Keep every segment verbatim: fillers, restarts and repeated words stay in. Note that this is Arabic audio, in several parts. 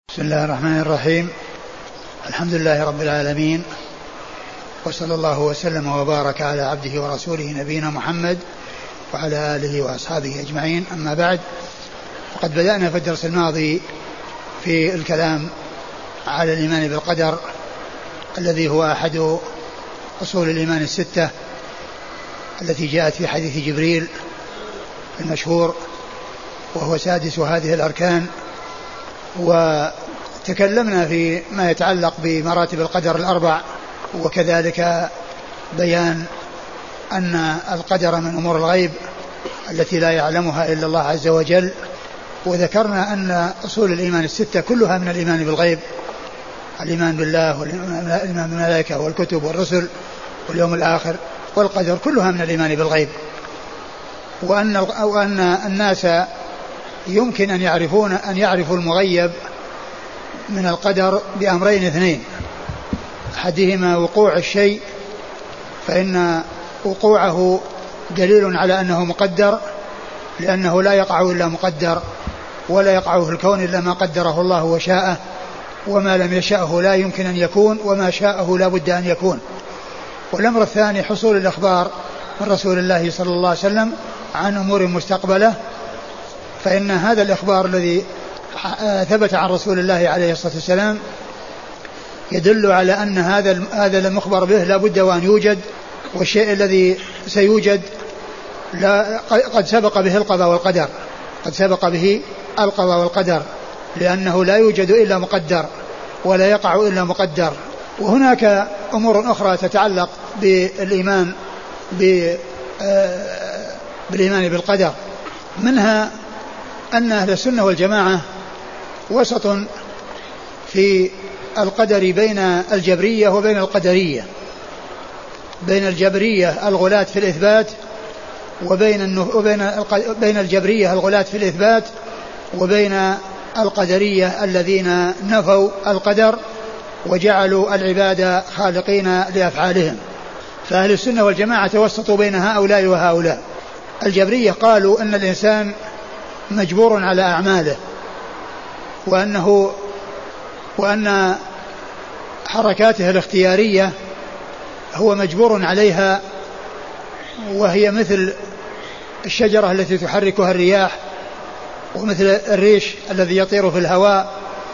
بسم الله الرحمن الرحيم. الحمد لله رب العالمين، وصلى الله وسلم وبارك على عبده ورسوله نبينا محمد وعلى آله وأصحابه أجمعين. أما بعد، فقد بدأنا في الدرس الماضي في الكلام على الإيمان بالقدر الذي هو أحد أصول الإيمان الستة التي جاءت في حديث جبريل المشهور، وهو سادس هذه الأركان. وتكلمنا في ما يتعلق بمراتب القدر الأربع، وكذلك بيان أن القدر من أمور الغيب التي لا يعلمها إلا الله عز وجل. وذكرنا أن أصول الإيمان الستة كلها من الإيمان بالغيب، الإيمان بالله والإيمان بالملائكة والكتب والرسل واليوم الآخر والقدر، كلها من الإيمان بالغيب. وأن, وأن الناس يمكن أن يعرفون أن يعرفوا المغيب من القدر بأمرين اثنين: أحدهما وقوع الشيء، فإن وقوعه دليل على أنه مقدر، لأنه لا يقع إلا مقدر، ولا يقع في الكون إلا ما قدره الله وشاءه، وما لم يشاءه لا يمكن أن يكون، وما شاءه لا بد أن يكون. والأمر الثاني حصول الأخبار من رسول الله صلى الله عليه وسلم عن أمور مستقبلة، فإن هذا الإخبار الذي ثبت عن رسول الله عليه الصلاة والسلام يدل على أن هذا هذا المخبر به لا بد وأن يوجد، والشيء الذي سيوجد لا قد سبق به القضاء والقدر قد سبق به القضاء والقدر لأنه لا يوجد إلا مقدر، ولا يقع إلا مقدر. وهناك أمور أخرى تتعلق بالإيمان بالإيمان بالقدر، منها أن أهل السنة والجماعة وسط في القدر بين الجبرية وبين القدرية، بين الجبرية الغلاة في الإثبات وبين وبين بين الجبرية الغلاة في الإثبات وبين القدرية الذين نفوا القدر وجعلوا العباد خالقين لأفعالهم. فأهل السنة والجماعة توسطوا بين هؤلاء وهؤلاء. الجبرية قالوا أن الإنسان مجبور على أعماله، وأنه وأن حركاته الاختيارية هو مجبور عليها، وهي مثل الشجرة التي تحركها الرياح، ومثل الريش الذي يطير في الهواء.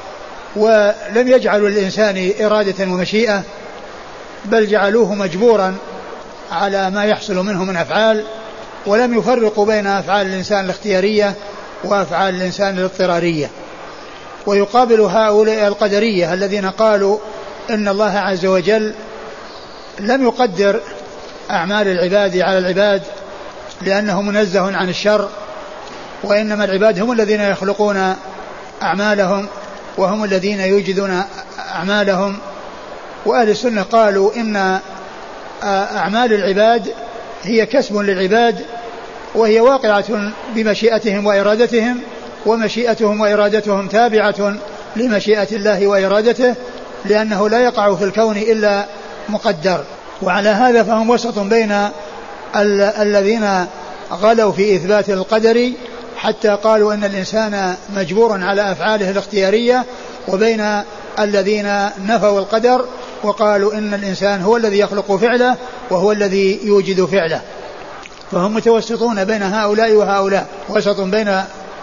ولم يجعلوا للإنسان إرادة ومشيئة، بل جعلوه مجبورا على ما يحصل منه من أفعال، ولم يفرقوا بين أفعال الإنسان الاختيارية وأفعال الإنسان الاضطرارية. ويقابل هؤلاء القدرية الذين قالوا إن الله عز وجل لم يقدر أعمال العباد على العباد لأنه منزه عن الشر، وإنما العباد هم الذين يخلقون أعمالهم وهم الذين يوجدون أعمالهم. وأهل السنة قالوا إن أعمال العباد هي كسب للعباد، وهي واقعة بمشيئتهم وإرادتهم، ومشيئتهم وإرادتهم تابعة لمشيئة الله وإرادته، لأنه لا يقع في الكون إلا مقدر. وعلى هذا فهم وسط بين ال- الذين غلوا في إثبات القدر حتى قالوا أن الإنسان مجبور على أفعاله الاختيارية، وبين الذين نفوا القدر وقالوا إن الإنسان هو الذي يخلق فعله وهو الذي يوجد فعله. فهم متوسطون بين هؤلاء وهؤلاء، وسط بين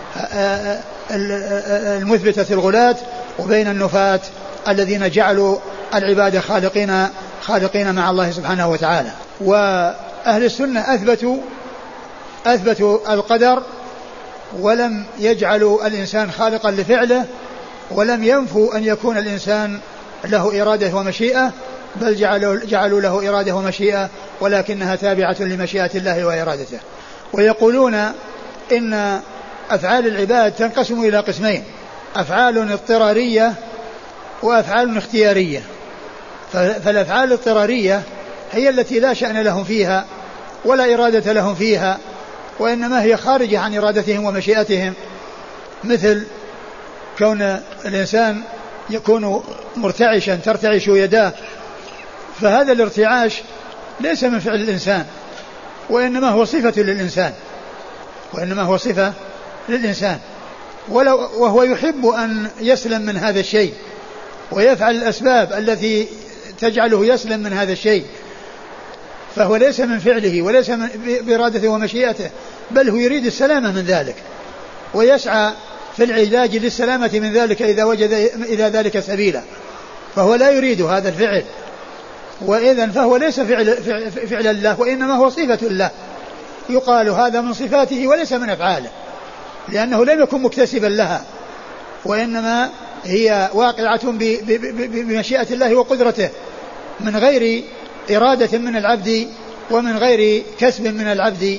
المثبتة الغلاة وبين النفاة الذين جعلوا العباد خالقين خالقين مع الله سبحانه وتعالى. وأهل السنة أثبتوا أثبتوا القدر، ولم يجعلوا الإنسان خالقا لفعله، ولم ينفوا أن يكون الإنسان له إرادة ومشيئة، بل جعلوا, جعلوا له إرادة ومشيئة، ولكنها تابعة لمشيئة الله وإرادته. ويقولون إن أفعال العباد تنقسم إلى قسمين: أفعال اضطرارية وأفعال اختيارية. فالأفعال الاضطرارية هي التي لا شأن لهم فيها ولا إرادة لهم فيها، وإنما هي خارجة عن إرادتهم ومشيئتهم، مثل كون الإنسان يكون مرتعشا ترتعش يداه، فهذا الارتعاش ليس من فعل الإنسان، وإنما هو صفة للإنسان وإنما هو صفة للإنسان ولو وهو يحب أن يسلم من هذا الشيء ويفعل الأسباب التي تجعله يسلم من هذا الشيء، فهو ليس من فعله وليس من بإرادته ومشيئته، بل هو يريد السلامة من ذلك ويسعى في العلاج للسلامة من ذلك إذا وجد إلى ذلك سبيلا، فهو لا يريد هذا الفعل، وإذن فهو ليس فعل, فعل الله وإنما هو صفة الله، يقال هذا من صفاته وليس من أفعاله، لأنه لم يكن مكتسبا لها، وإنما هي واقعة بمشيئة الله وقدرته من غير إرادة من العبد ومن غير كسب من العبد.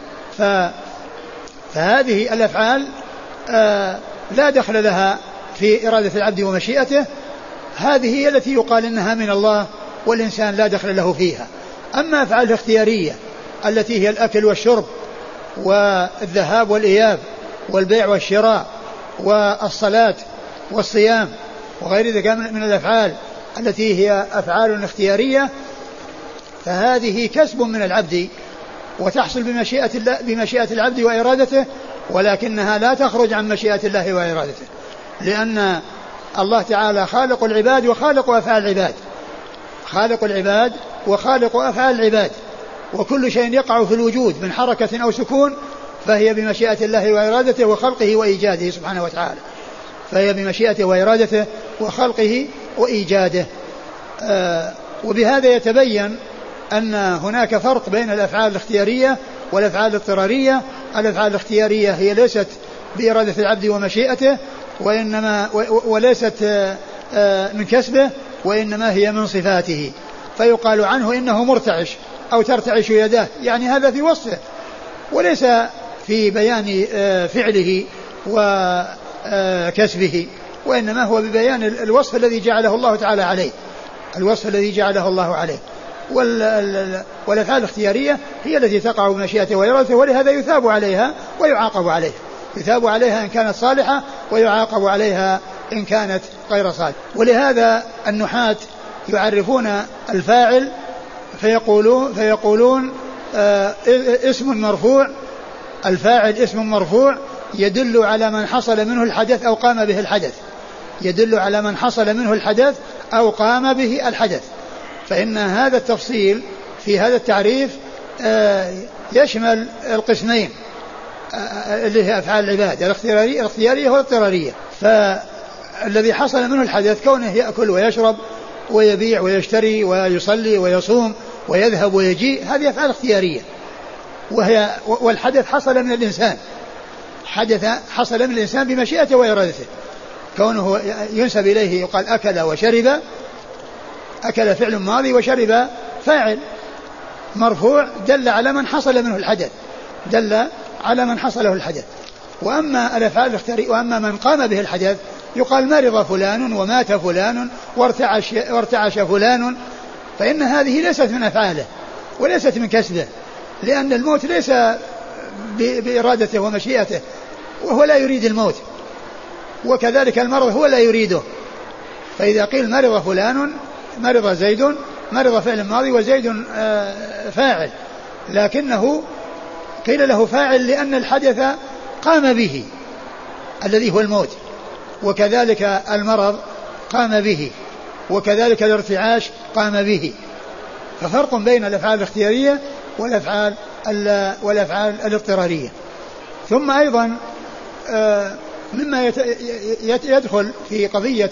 فهذه الأفعال آه لا دخل لها في إرادة العبد ومشيئته، هذه هي التي يقال إنها من الله والإنسان لا دخل له فيها. أما أفعال الاختيارية التي هي الأكل والشرب والذهاب والإياب والبيع والشراء والصلاة والصيام وغير ذلك من الأفعال التي هي أفعال اختيارية، فهذه كسب من العبد وتحصل بمشيئة الله بمشيئة العبد وإرادته، ولكنها لا تخرج عن مشيئة الله وإرادته، لأن الله تعالى خالق العباد وخالق أفعال العباد، خالق العباد وخالق أفعال العباد، وكل شيء يقع في الوجود من حركة أو سكون فهي بمشيئة الله وإرادته وخلقه وإيجاده سبحانه وتعالى، فهي بمشيئته وإرادته وخلقه وإيجاده. آه وبهذا يتبين أن هناك فرق بين الأفعال الاختيارية والأفعال الاضطرارية. الأفعال الاختيارية هي ليست بإرادة العبد ومشيئته وإنما وليست من كسبه، وإنما هي من صفاته، فيقال عنه إنه مرتعش أو ترتعش يداه، يعني هذا في وصفه وليس في بيان فعله وكسبه، وإنما هو ببيان الوصف الذي جعله الله تعالى عليه، الوصف الذي جعله الله عليه. والأفعال الاختيارية هي التي تقع بمشيئته وإرادته، ولهذا يثاب عليها ويعاقب عليه، يثاب عليها إن كانت صالحة ويعاقب عليها إن كانت غير صالحة. ولهذا النحاة يعرفون الفاعل فيقولون, فيقولون آه اسم مرفوع، الفاعل اسم مرفوع يدل على من حصل منه الحدث أو قام به الحدث، يدل على من حصل منه الحدث أو قام به الحدث. فإن هذا التفصيل في هذا التعريف يشمل القسمين اللي هي أفعال العباد الاختيارية والاضطرارية. فالذي حصل منه الحدث كونه يأكل ويشرب ويبيع ويشتري ويصلي ويصوم ويذهب ويجيء، هذه أفعال اختيارية، وهي والحدث حصل من الإنسان، حدث حصل من الإنسان بمشيئته وإرادته، كونه ينسب إليه يقال أكل وشرب، أكل فعل ماضي وشرب فاعل مرفوع دل على من حصل منه الحدث، دل على من حصله الحدث. وأما الأفعال الاختيارية وأما من قام به الحدث يقال مرض فلان ومات فلان وارتعش, وارتعش فلان، فإن هذه ليست من أفعاله وليست من كسبه، لأن الموت ليس بإرادته ومشيئته وهو لا يريد الموت، وكذلك المرض هو لا يريده. فإذا قيل مرض فلان مرض زيد، مرض فعل ماضي وزيد فاعل، لكنه قيل له فاعل لأن الحدث قام به الذي هو الموت، وكذلك المرض قام به، وكذلك الارتعاش قام به. ففرق بين الأفعال الاختيارية والأفعال والأفعال الاضطرارية. ثم أيضا مما يدخل في قضية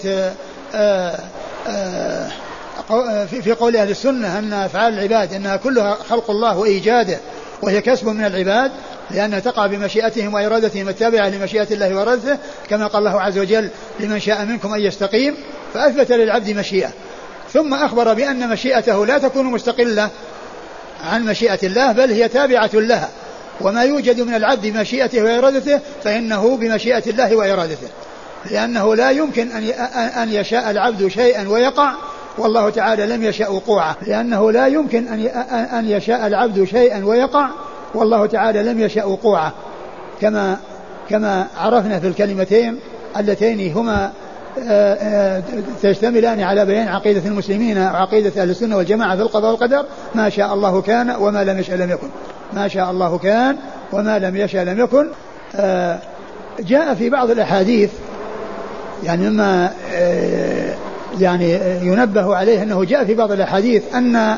في قول أهل السنة أن أفعال العباد أنها كلها خلق الله وإيجاده وهي كسب من العباد، لأنها تقع بمشيئتهم وإرادتهم التابعة لمشيئة الله وإرادته، كما قال الله عز وجل لمن شاء منكم أن يستقيم، فأثبت للعبد مشيئة، ثم أخبر بأن مشيئته لا تكون مستقلة عن مشيئة الله بل هي تابعة لها، وما يوجد من العبد بمشيئته وإرادته فإنه بمشيئة الله وإرادته، لأنه لا يمكن أن يشاء العبد شيئا ويقع والله تعالى لم يشاء وقوعه، لأنه لا يمكن أن يشاء العبد شيئا ويقع والله تعالى لم يشاء وقوعه، كما كما عرفنا في الكلمتين اللتين هما تشتملان على بيان عقيدة المسلمين وعقيدة أهل السنة والجماعة في القضاء والقدر: ما شاء الله كان وما لم يشاء لم يكن، ما شاء الله كان وما لم يشاء لم يكن. جاء في بعض الأحاديث يعني مما يعني ينبه عليه أنه جاء في بعض الأحاديث أن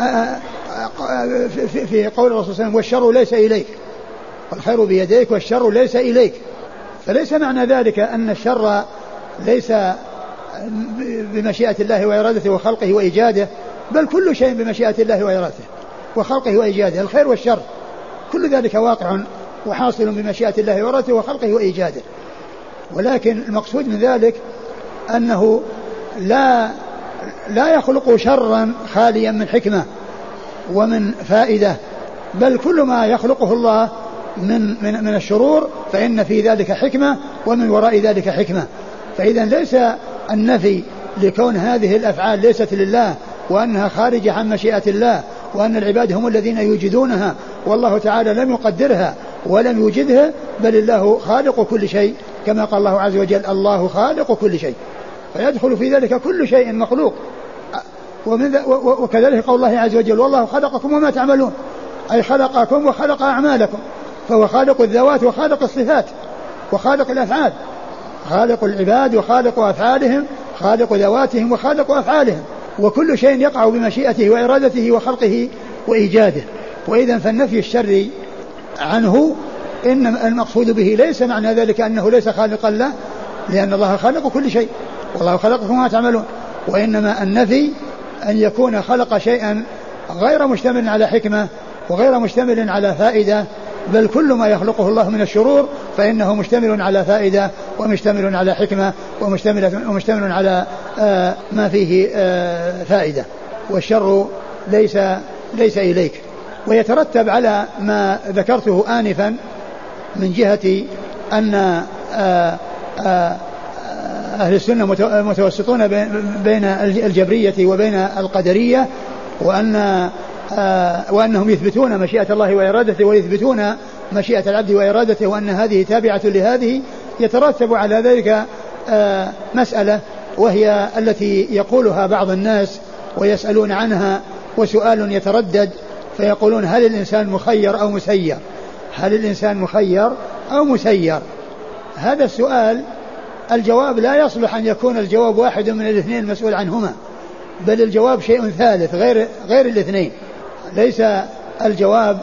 في قول الرسول صلى الله عليه وسلم والشر ليس إليك والخير بيديك والشر ليس إليك، فليس معنى ذلك أن الشر ليس بمشيئة الله وإرادته وخلقه وإيجاده، بل كل شيء بمشيئة الله وإرادته وخلقه وإيجاده، الخير والشر كل ذلك واقع وحاصل بمشيئة الله وإرادته وخلقه وإيجاده. ولكن المقصود من ذلك أنه لا لا يخلق شرا خاليا من حكمة ومن فائدة، بل كل ما يخلقه الله من من من الشرور فإن في ذلك حكمة ومن وراء ذلك حكمة. فإذا ليس النفي لكون هذه الأفعال ليست لله وأنها خارجة عن مشيئة الله وأن العباد هم الذين يوجدونها والله تعالى لم يقدرها ولم يوجدها، بل الله خالق كل شيء كما قال الله عز وجل الله خالق كل شيء، فيدخل في ذلك كل شيء مخلوق. وكذلك قول الله عز وجل والله خلقكم وما تعملون، أي خلقكم وخلق أعمالكم، فهو خالق الذوات وخالق الصفات وخالق الأفعال، خالق العباد وخالق أفعالهم، خالق ذواتهم وخالق أفعالهم، وكل شيء يقع بمشيئته وإرادته وخلقه وإيجاده. وإذا فالنفي الشر عنه إن المقصود به ليس معنى ذلك أنه ليس خالقا له، لأن الله خالق كل شيء والله خلقكم وما تعملون، وإنما النفي أن يكون خلق شيئا غير مشتمل على حكمة وغير مشتمل على فائدة، بل كل ما يخلقه الله من الشرور فإنه مشتمل على فائدة ومشتمل على حكمة ومشتمل, ومشتمل على آه ما فيه آه فائدة، والشر ليس, ليس إليك. ويترتب على ما ذكرته آنفا من جهة أن آه آه أهل السنة متوسطون بين الجبرية وبين القدرية، وأن آه وأنهم يثبتون مشيئة الله وإرادته ويثبتون مشيئة العبد وإرادته وأن هذه تابعة لهذه. يترتب على ذلك آه مسألة وهي التي يقولها بعض الناس ويسألون عنها، وسؤال يتردد فيقولون هل الإنسان مخير أو مسير؟ هل الإنسان مخير أو مسير؟ هذا السؤال الجواب لا يصلح أن يكون الجواب واحد من الاثنين المسؤول عنهما، بل الجواب شيء ثالث غير, غير الاثنين. ليس الجواب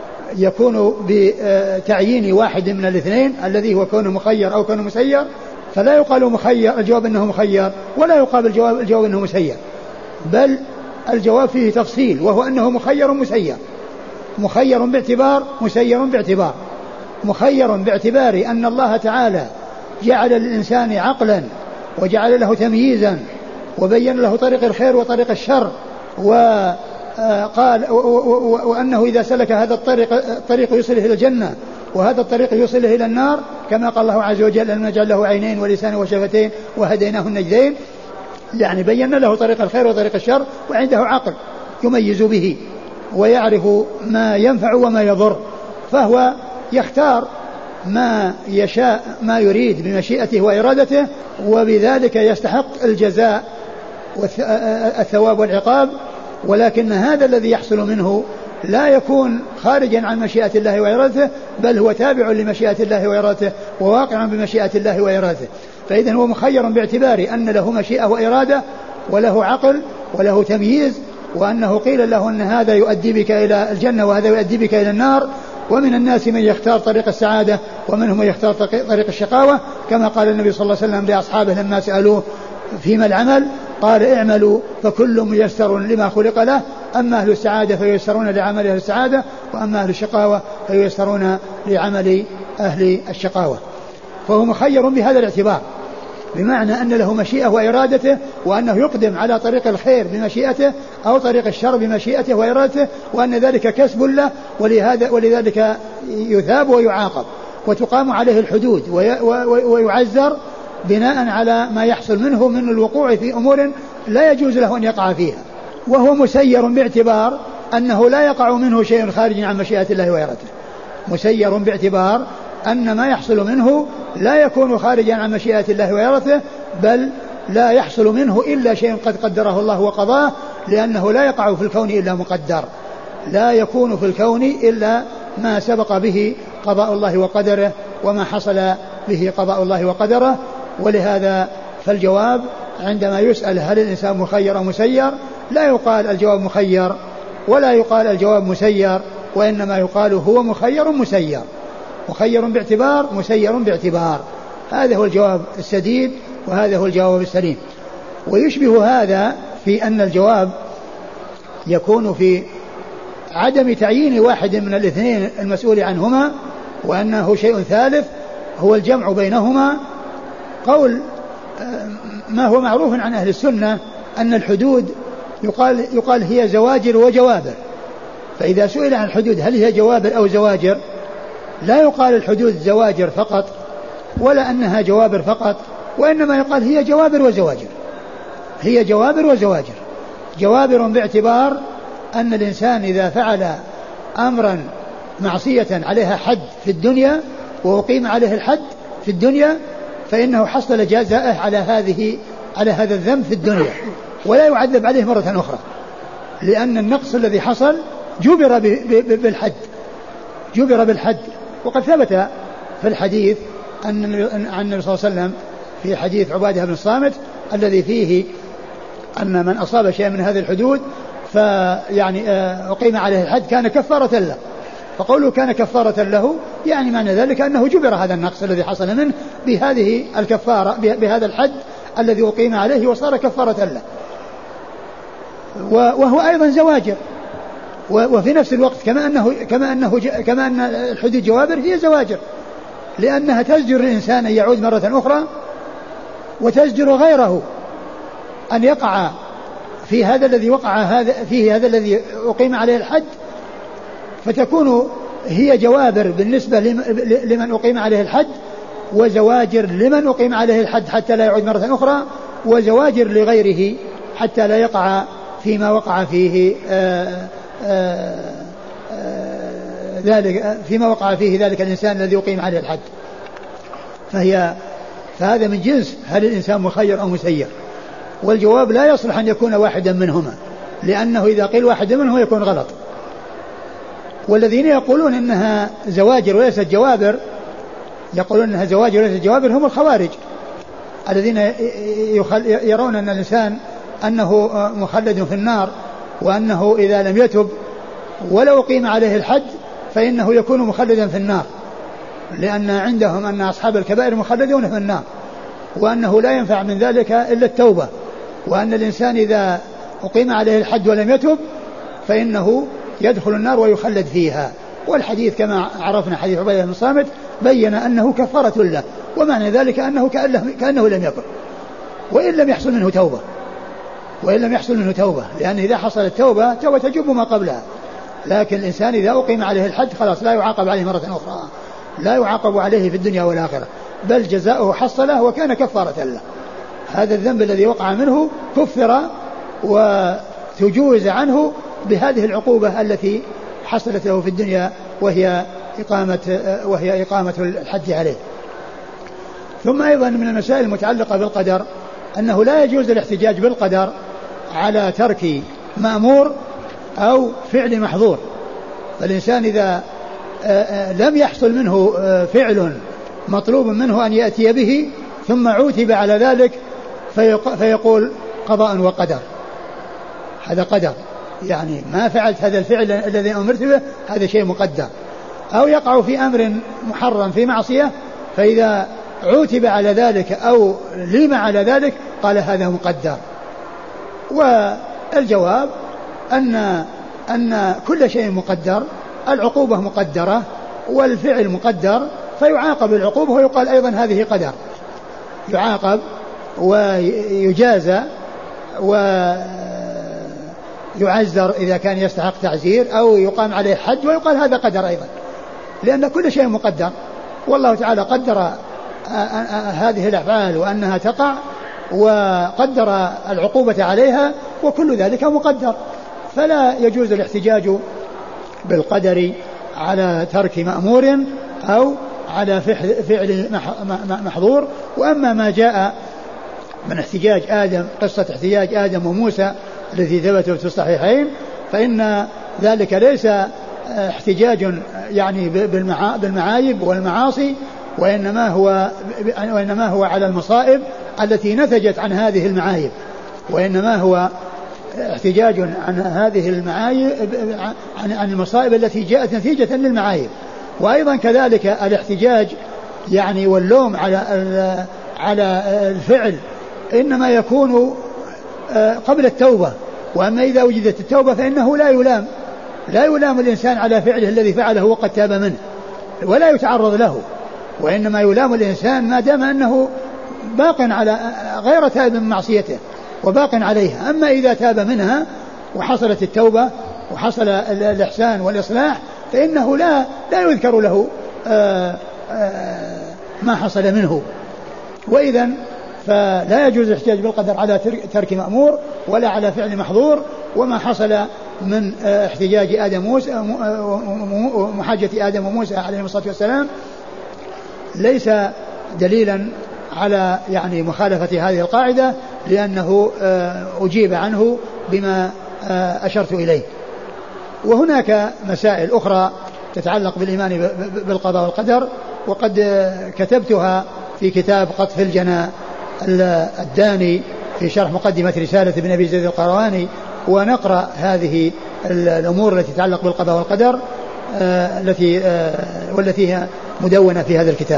يكون بتعيين واحد من الاثنين الذي هو كونه مخير أو كونه مسير، فلا يقال مخير الجواب أنه مخير ولا يقال الجواب, الجواب أنه مسير، بل الجواب فيه تفصيل وهو أنه مخير مسير، مخير باعتبار مسير باعتبار. مخير باعتبار أن الله تعالى جعل للإنسان عقلا وجعل له تمييزا وبين له طريق الخير وطريق الشر، وقال وأنه إذا سلك هذا الطريق الطريق يوصله إلى الجنة وهذا الطريق يوصله إلى النار، كما قال الله عز وجل أن نجعل له عينين ولسان وشفتين وهديناه النجدين، يعني بين له طريق الخير وطريق الشر، وعنده عقل يميز به ويعرف ما ينفع وما يضر، فهو يختار ما يشاء ما يريد بمشيئته وإرادته، وبذلك يستحق الجزاء والثواب والعقاب. ولكن هذا الذي يحصل منه لا يكون خارجا عن مشيئة الله وإرادته، بل هو تابع لمشيئة الله وإرادته وواقع بمشيئة الله وإرادته. فإذا هو مخير باعتبار أن له مشيئة وإرادة وله عقل وله تمييز، وأنه قيل له أن هذا يؤدي بك إلى الجنة وهذا يؤدي بك إلى النار. ومن الناس من يختار طريق السعادة ومنهم من يختار طريق الشقاوة، كما قال النبي صلى الله عليه وسلم لأصحابه لما سألوه فيما العمل قال اعملوا فكل ميسر لما خلق له، أما أهل السعادة فييسرون لعمل أهل السعادة، وأما أهل الشقاوة فييسرون لعمل أهل الشقاوة. فهو مخير بهذا الاعتبار، بمعنى أن له مشيئة وإرادته، وأنه يقدم على طريق الخير بمشيئته أو طريق الشر بمشيئته وإرادته، وأن ذلك كسب له، ولهذا ولذلك يثاب ويعاقب وتقام عليه الحدود ويعزر بناء على ما يحصل منه من الوقوع في أمور لا يجوز له أن يقع فيها. وهو مسير باعتبار أنه لا يقع منه شيء خارج عن مشيئة الله وإرادته، مسير باعتبار أن ما يحصل منه لا يكون خارجا عن مشيئة الله وإرادته، بل لا يحصل منه إلا شيء قد قدره الله وقضاه، لأنه لا يقع في الكون إلا مقدر، لا يكون في الكون إلا ما سبق به قضاء الله وقدره وما حصل به قضاء الله وقدره. ولهذا فالجواب عندما يسأل هل الإنسان مخير أو مسير لا يقال الجواب مخير ولا يقال الجواب مسير، وإنما يقال هو مخير مسير، مخير باعتبار مسير باعتبار. هذا هو الجواب السديد وهذا هو الجواب السليم. ويشبه هذا في أن الجواب يكون في عدم تعيين واحد من الاثنين المسؤول عنهما، وأنه شيء ثالث هو الجمع بينهما. قول ما هو معروف عن أهل السنة أن الحدود يقال, يقال هي زواجر وجوابر، فإذا سئل عن الحدود هل هي جوابر أو زواجر لا يقال الحدود زواجر فقط ولا أنها جوابر فقط، وإنما يقال هي جوابر وزواجر، هي جوابر وزواجر. جوابر باعتبار أن الإنسان إذا فعل أمرا معصية عليها حد في الدنيا وأقيم عليه الحد في الدنيا فإنه حصل جزاءه على هذه على هذا الذنب في الدنيا ولا يعذب عليه مرة أخرى، لأن النقص الذي حصل جبر بالحد جبر بالحد. وقد ثبت في الحديث أن عن النبي صلى الله عليه وسلم في حديث عبادة بن الصامت الذي فيه أن من أصاب شيئا من هذه الحدود فيعني أقيم عليه الحد كان كفارة له. فقوله كان كفارة له يعني معنى ذلك أنه جبر هذا النقص الذي حصل منه بهذه الكفارة بهذا الحد الذي أقيم عليه وصار كفارة له. وهو أيضا زواجر، وفي نفس الوقت كما أنه كما أنه كما أن الحدود جوابر هي زواجر، لأنها تزجر الإنسان أن يعود مرة أخرى وتزجر غيره أن يقع في هذا الذي وقع هذا فيه هذا الذي أقيم عليه الحد، فتكون هي جوابر بالنسبة لمن أقيم عليه الحد وزواجر لمن أقيم عليه الحد حتى لا يعود مرة أخرى، وزواجر لغيره حتى لا يقع فيما وقع فيه آآ آآ ذلك فيما وقع فيه ذلك الإنسان الذي أقيم عليه الحد. فهي فهذا من جنس هل الإنسان مخير أو مسير، والجواب لا يصلح أن يكون واحدا منهما، لأنه إذا قيل واحد منه يكون غلط. والذين يقولون إنها زواجر وليست جوابر يقولون إنها زواجر وليست جوابر هم الخوارج الذين يرون أن الإنسان أنه مخلد في النار، وأنه إذا لم يتب ولو قيم عليه الحد فإنه يكون مخلدا في النار، لأن عندهم أن أصحاب الكبائر مخلدون في النار، وأنه لا ينفع من ذلك إلا التوبة، وأن الإنسان إذا أقيم عليه الحد ولم يتب فإنه يدخل النار ويخلد فيها. والحديث كما عرفنا حديث عبادة بن الصامت بين أنه كفارة له، ومعنى ذلك أنه كأنه لم يكن وإن لم يحصل منه توبة وإن لم يحصل منه توبة لأن إذا حصلت توبة توبة تجب ما قبلها. لكن الإنسان إذا أقيم عليه الحد خلاص لا يعاقب عليه مرة أخرى، لا يعاقب عليه في الدنيا والآخرة، بل جزاؤه حصله وكان كفارة له. هذا الذنب الذي وقع منه كفر وتجوز عنه بهذه العقوبة التي حصلت له في الدنيا وهي إقامة وهي إقامة الحد عليه. ثم أيضا من المسائل المتعلقة بالقدر أنه لا يجوز الاحتجاج بالقدر على ترك مأمور أو فعل محظور. فالإنسان إذا لم يحصل منه فعل مطلوب منه أن يأتي به ثم عوتب على ذلك فيقول قضاء وقدر، هذا قدر، يعني ما فعلت هذا الفعل الذي أمرت به هذا شيء مقدر. أو يقع في أمر محرم في معصية فإذا عوتب على ذلك أو ليم على ذلك قال هذا مقدر. والجواب أن أن كل شيء مقدر، العقوبة مقدرة والفعل مقدر، فيعاقب العقوبة ويقال أيضا هذه قدر، يعاقب ويجازى ويعزر إذا كان يستحق تعزير أو يقام عليه حد ويقال هذا قدر أيضا، لأن كل شيء مقدر، والله تعالى قدر هذه الأفعال وأنها تقع وقدر العقوبة عليها وكل ذلك مقدر. فلا يجوز الاحتجاج بالقدر على ترك مأمور أو على فعل محظور. وأما ما جاء من احتجاج آدم، قصة احتجاج آدم وموسى الذي ثبت في الصحيحين، فإن ذلك ليس احتجاج يعني بالمعايب والمعاصي، وإنما هو, وإنما هو على المصائب التي نتجت عن هذه المعايب، وإنما هو احتجاج عن هذه المعايب عن المصائب التي جاءت نتيجة للمعايب. وأيضا كذلك الاحتجاج يعني واللوم على على الفعل إنما يكون قبل التوبة، وأما إذا وجدت التوبة فإنه لا يلام لا يلام الإنسان على فعله الذي فعله وقد تاب منه ولا يتعرض له، وإنما يلام الإنسان ما دام أنه باق على غير تاب من معصيته وباق عليها. أما إذا تاب منها وحصلت التوبة وحصل الإحسان والإصلاح فإنه لا لا يذكر له آآ آآ ما حصل منه. وإذا فلا يجوز الاحتجاج بالقدر على ترك مأمور ولا على فعل محظور. وما حصل من احتجاج آدم موسى ومحاجة آدم وموسى عليهم الصلاة والسلام ليس دليلا على يعني مخالفة هذه القاعدة، لأنه أجيب عنه بما أشرت إليه. وهناك مسائل أخرى تتعلق بالإيمان بالقضاء والقدر، وقد كتبتها في كتاب قطف الجنى الداني في شرح مقدمة رسالة ابن أبي زيد القرواني، ونقرأ هذه الأمور التي تتعلق بالقضاء والقدر التي والتي هي مدونة في هذا الكتاب.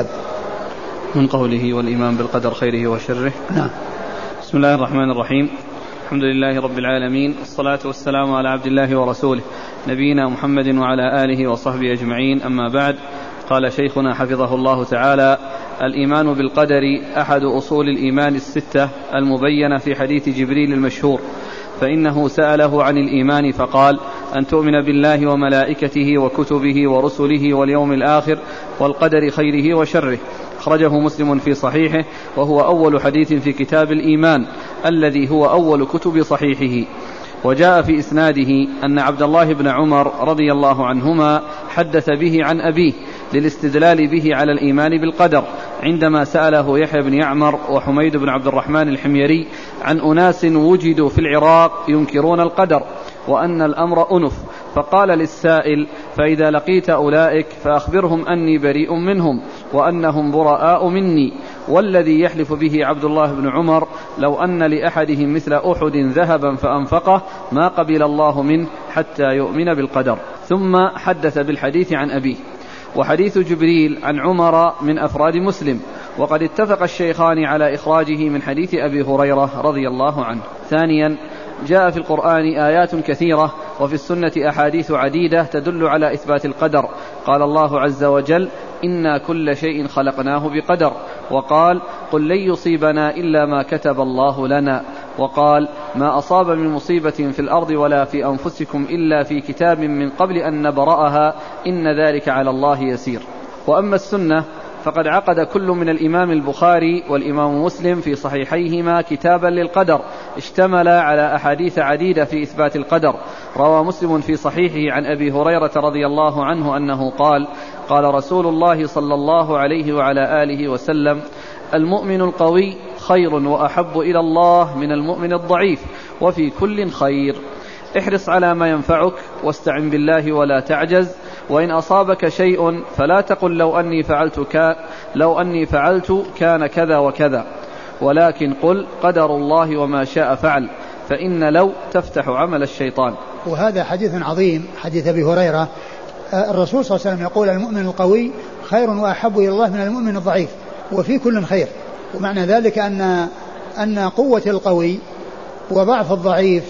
من قوله والإيمان بالقدر خيره وشره. نعم. بسم الله الرحمن الرحيم، الحمد لله رب العالمين، والصلاة والسلام على عبد الله ورسوله نبينا محمد وعلى آله وصحبه أجمعين، أما بعد. قال شيخنا حفظه الله تعالى: الإيمان بالقدر أحد أصول الإيمان الستة المبينة في حديث جبريل المشهور، فإنه سأله عن الإيمان فقال: أن تؤمن بالله وملائكته وكتبه ورسله واليوم الآخر والقدر خيره وشره. أخرجه مسلم في صحيحه، وهو أول حديث في كتاب الإيمان الذي هو أول كتب صحيحه. وجاء في إسناده أن عبد الله بن عمر رضي الله عنهما حدث به عن أبيه للاستدلال به على الإيمان بالقدر، عندما سأله يحيى بن يعمر وحميد بن عبد الرحمن الحميري عن أناس وجدوا في العراق ينكرون القدر وأن الأمر أنف، فقال للسائل: فإذا لقيت أولئك فأخبرهم أني بريء منهم وأنهم براء مني. والذي يحلف به عبد الله بن عمر لو أن لأحدهم مثل أحد ذهبا فأنفقه ما قبل الله منه حتى يؤمن بالقدر. ثم حدث بالحديث عن أبيه. وحديث جبريل عن عمر من أفراد مسلم، وقد اتفق الشيخان على إخراجه من حديث أبي هريرة رضي الله عنه. ثانيا، جاء في القرآن آيات كثيرة وفي السنة أحاديث عديدة تدل على إثبات القدر. قال الله عز وجل: إنا كل شيء خلقناه بقدر. وقال: قل لن يصيبنا إلا ما كتب الله لنا. وقال: ما أصاب من مصيبة في الأرض ولا في أنفسكم إلا في كتاب من قبل أن نبرأها إن ذلك على الله يسير. وأما السنة فقد عقد كل من الإمام البخاري والإمام مسلم في صحيحيهما كتابا للقدر اشتمل على أحاديث عديدة في إثبات القدر. روى مسلم في صحيحه عن أبي هريرة رضي الله عنه أنه قال: قال رسول الله صلى الله عليه وعلى آله وسلم: المؤمن القوي خير وأحب إلى الله من المؤمن الضعيف، وفي كل خير. احرص على ما ينفعك واستعن بالله ولا تعجز، وإن أصابك شيء فلا تقل لو أني فعلت كان لو أني فعلت كان كذا وكذا، ولكن قل قدر الله وما شاء فعل، فإن لو تفتح عمل الشيطان. وهذا حديث عظيم، حديث أبي هريرة. الرسول صلى الله عليه وسلم يقول: المؤمن القوي خير وأحب إلى الله من المؤمن الضعيف، وفي كل خير. ومعنى ذلك أن أن قوة القوي وضعف الضعيف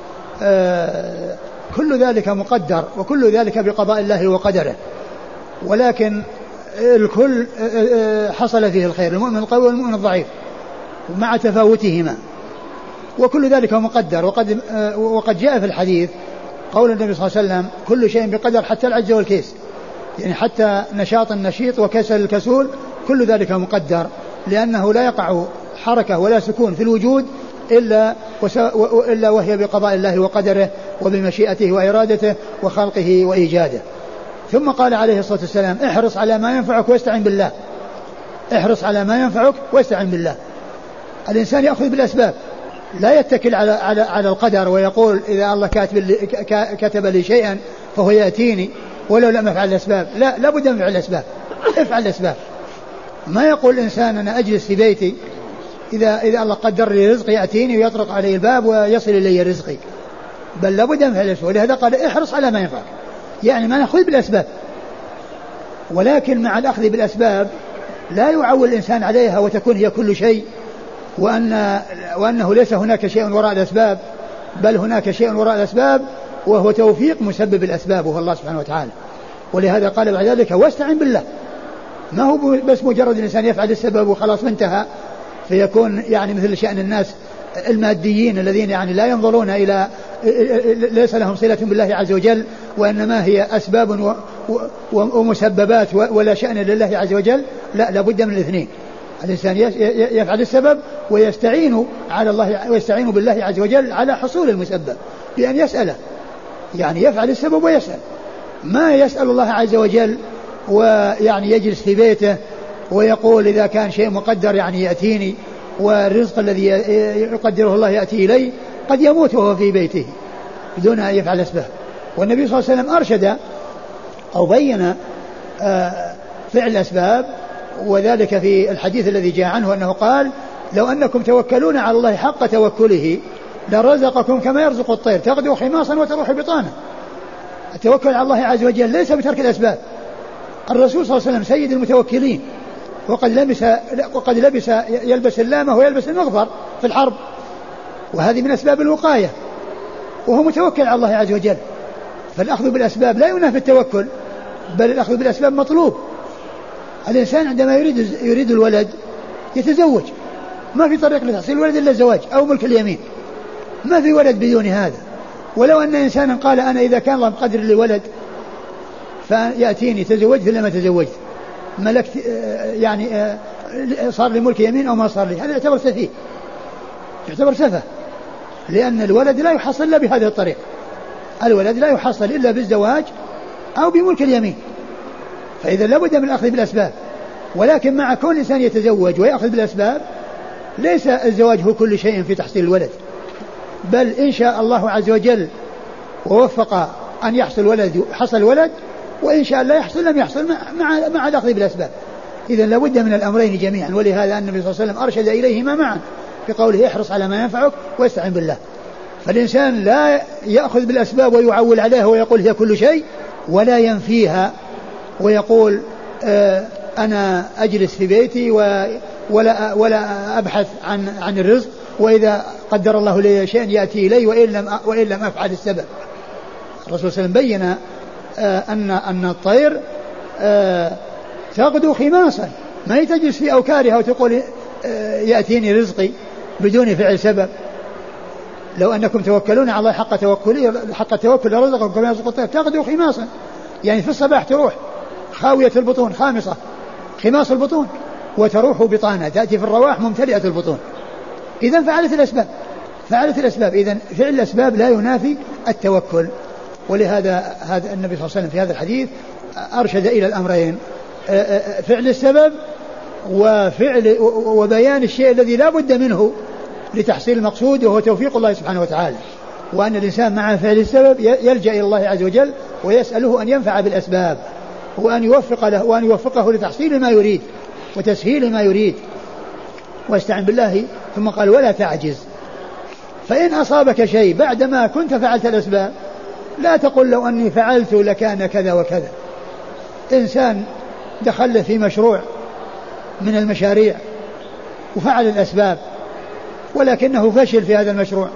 آه كل ذلك مقدر، وكل ذلك بقضاء الله وقدره، ولكن الكل حصل فيه الخير، المؤمن القوي والمؤمن الضعيف مع تفاوتهما، وكل ذلك مقدر. وقد وقد جاء في الحديث قول النبي صلى الله عليه وسلم: كل شيء بقدر حتى العجز والكيس، يعني حتى نشاط النشيط وكسل الكسول كل ذلك مقدر، لأنه لا يقع حركة ولا سكون في الوجود إلا, إلا وهي بقضاء الله وقدره وبمشيئته وإرادته وخلقه وإيجاده. ثم قال عليه الصلاة والسلام: احرص على ما ينفعك واستعن بالله. احرص على ما ينفعك واستعن بالله. الإنسان يأخذ بالأسباب، لا يتكل على, على, على القدر ويقول إذا الله كاتب لي كتب لي شيئا فهو يأتيني ولو لم أفعل الأسباب. لا، لابد من فعل الأسباب. افعل الأسباب، ما يقول الإنسان أنا أجلس في بيتي إذا, إذا الله قدر لي رزق يأتيني ويطرق علي الباب ويصل إلي رزقي، بل لابد من فعل الأسباب. ولهذا قال احرص على ما ينفعك، يعني ما نأخذ بالأسباب، ولكن مع الأخذ بالأسباب لا يعول الإنسان عليها وتكون هي كل شيء، وأن وأنه ليس هناك شيء وراء الأسباب، بل هناك شيء وراء الأسباب وهو توفيق مسبب الأسباب وهو الله سبحانه وتعالى. ولهذا قال بعد ذلك واستعن بالله، ما هو بس مجرد الإنسان يفعل السبب وخلاص انتهى، فيكون يعني مثل شأن الناس الماديين الذين يعني لا ينظرون إلى، ليس لهم صلة بالله عز وجل، وإنما هي أسباب ومسببات ولا شأن لله عز وجل. لا، لابد من الاثنين، الإنسان يفعل السبب ويستعين على الله ويستعين بالله عز وجل على حصول المسبب بأن يسأله، يعني يفعل السبب ويسأل، ما يسأل الله عز وجل ويعني يجلس في بيته ويقول إذا كان شيء مقدر يعني يأتيني، والرزق الذي يقدره الله يأتي إليه، قد يموت وهو في بيته بدون أن يفعل أسباب. والنبي صلى الله عليه وسلم أرشد أو بين فعل الأسباب، وذلك في الحديث الذي جاء عنه أنه قال لو أنكم توكلون على الله حق توكله لرزقكم كما يرزق الطير تغدو خماصا وتروح بطانا. التوكل على الله عز وجل ليس بترك الأسباب. الرسول صلى الله عليه وسلم سيد المتوكلين، وقد لبس وقد لبس يلبس اللامة ويلبس المغفر في الحرب، وهذه من أسباب الوقاية، وهو متوكل على الله عز وجل. فالأخذ بالأسباب لا ينافي التوكل، بل الأخذ بالأسباب مطلوب. الإنسان عندما يريد يريد الولد يتزوج، ما في طريق لتحصيل الولد إلا الزواج أو ملك اليمين، ما في ولد بدون هذا. ولو أن إنسانا قال أنا إذا كان الله مقدر لي ولد فيأتيني تزوجت ولا ما تزوجت، ملكت يعني صار لي ملك يمين أو ما صار لي، هذا يعتبر سفيه، يعتبر سفه، لأن الولد لا يحصل إلا بهذه الطريقة. الولد لا يحصل إلا بالزواج أو بملك اليمين، فإذا لابد من الأخذ بالأسباب. ولكن مع كون الإنسان يتزوج ويأخذ بالأسباب ليس الزواج هو كل شيء في تحصيل الولد، بل إن شاء الله عز وجل ووفق أن يحصل ولد حصل ولد، وإن شاء الله يحصل لم يحصل مع, مع الأخذ بالأسباب. إذن لابد من الأمرين جميعا، ولهذا النبي صلى الله عليه وسلم أرشد إليهما معا بقوله احرص على ما ينفعك واستعن بالله. فالإنسان لا يأخذ بالأسباب ويعول عليها ويقول هي كل شيء، ولا ينفيها ويقول آه أنا أجلس في بيتي ولا, ولا أبحث عن, عن الرزق، وإذا قدر الله لي شيء يأتي إلي وإن لم, وإن لم أفعل السبب. الرسول صلى الله عليه وسلم بين آه أن, أن الطير آه تغدو خماصا، ما تجلس في أوكارها وتقول آه يأتيني رزقي بدون فعل سبب. لو أنكم توكلون على الله حق توكله حق التوكل لرزقكم كما يرزق الطير تغدو خماصا، يعني في الصباح تروح خاوية البطون خامصة خماص البطون، وتروح بطانة تأتي في الرواح ممتلئة البطون. إذن فعلت الأسباب فعلت الأسباب إذن فعل الأسباب لا ينافي التوكل. ولهذا هذا النبي صلى الله عليه وسلم في هذا الحديث أرشد إلى الأمرين، فعل السبب وفعل وبيان الشيء الذي لا بد منه لتحصيل المقصود، وهو توفيق الله سبحانه وتعالى، وأن الإنسان مع فعل السبب يلجأ إلى الله عز وجل ويسأله أن ينفع بالأسباب، وأن يوفق له وأن يوفقه لتحصيل ما يريد وتسهيل ما يريد، واستعن بالله. ثم قال ولا تعجز، فإن أصابك شيء بعدما كنت فعلت الأسباب لا تقل لو أني فعلت لكان كذا وكذا. إنسان دخل في مشروع من المشاريع وفعل الأسباب ولكنه فشل في هذا المشروع،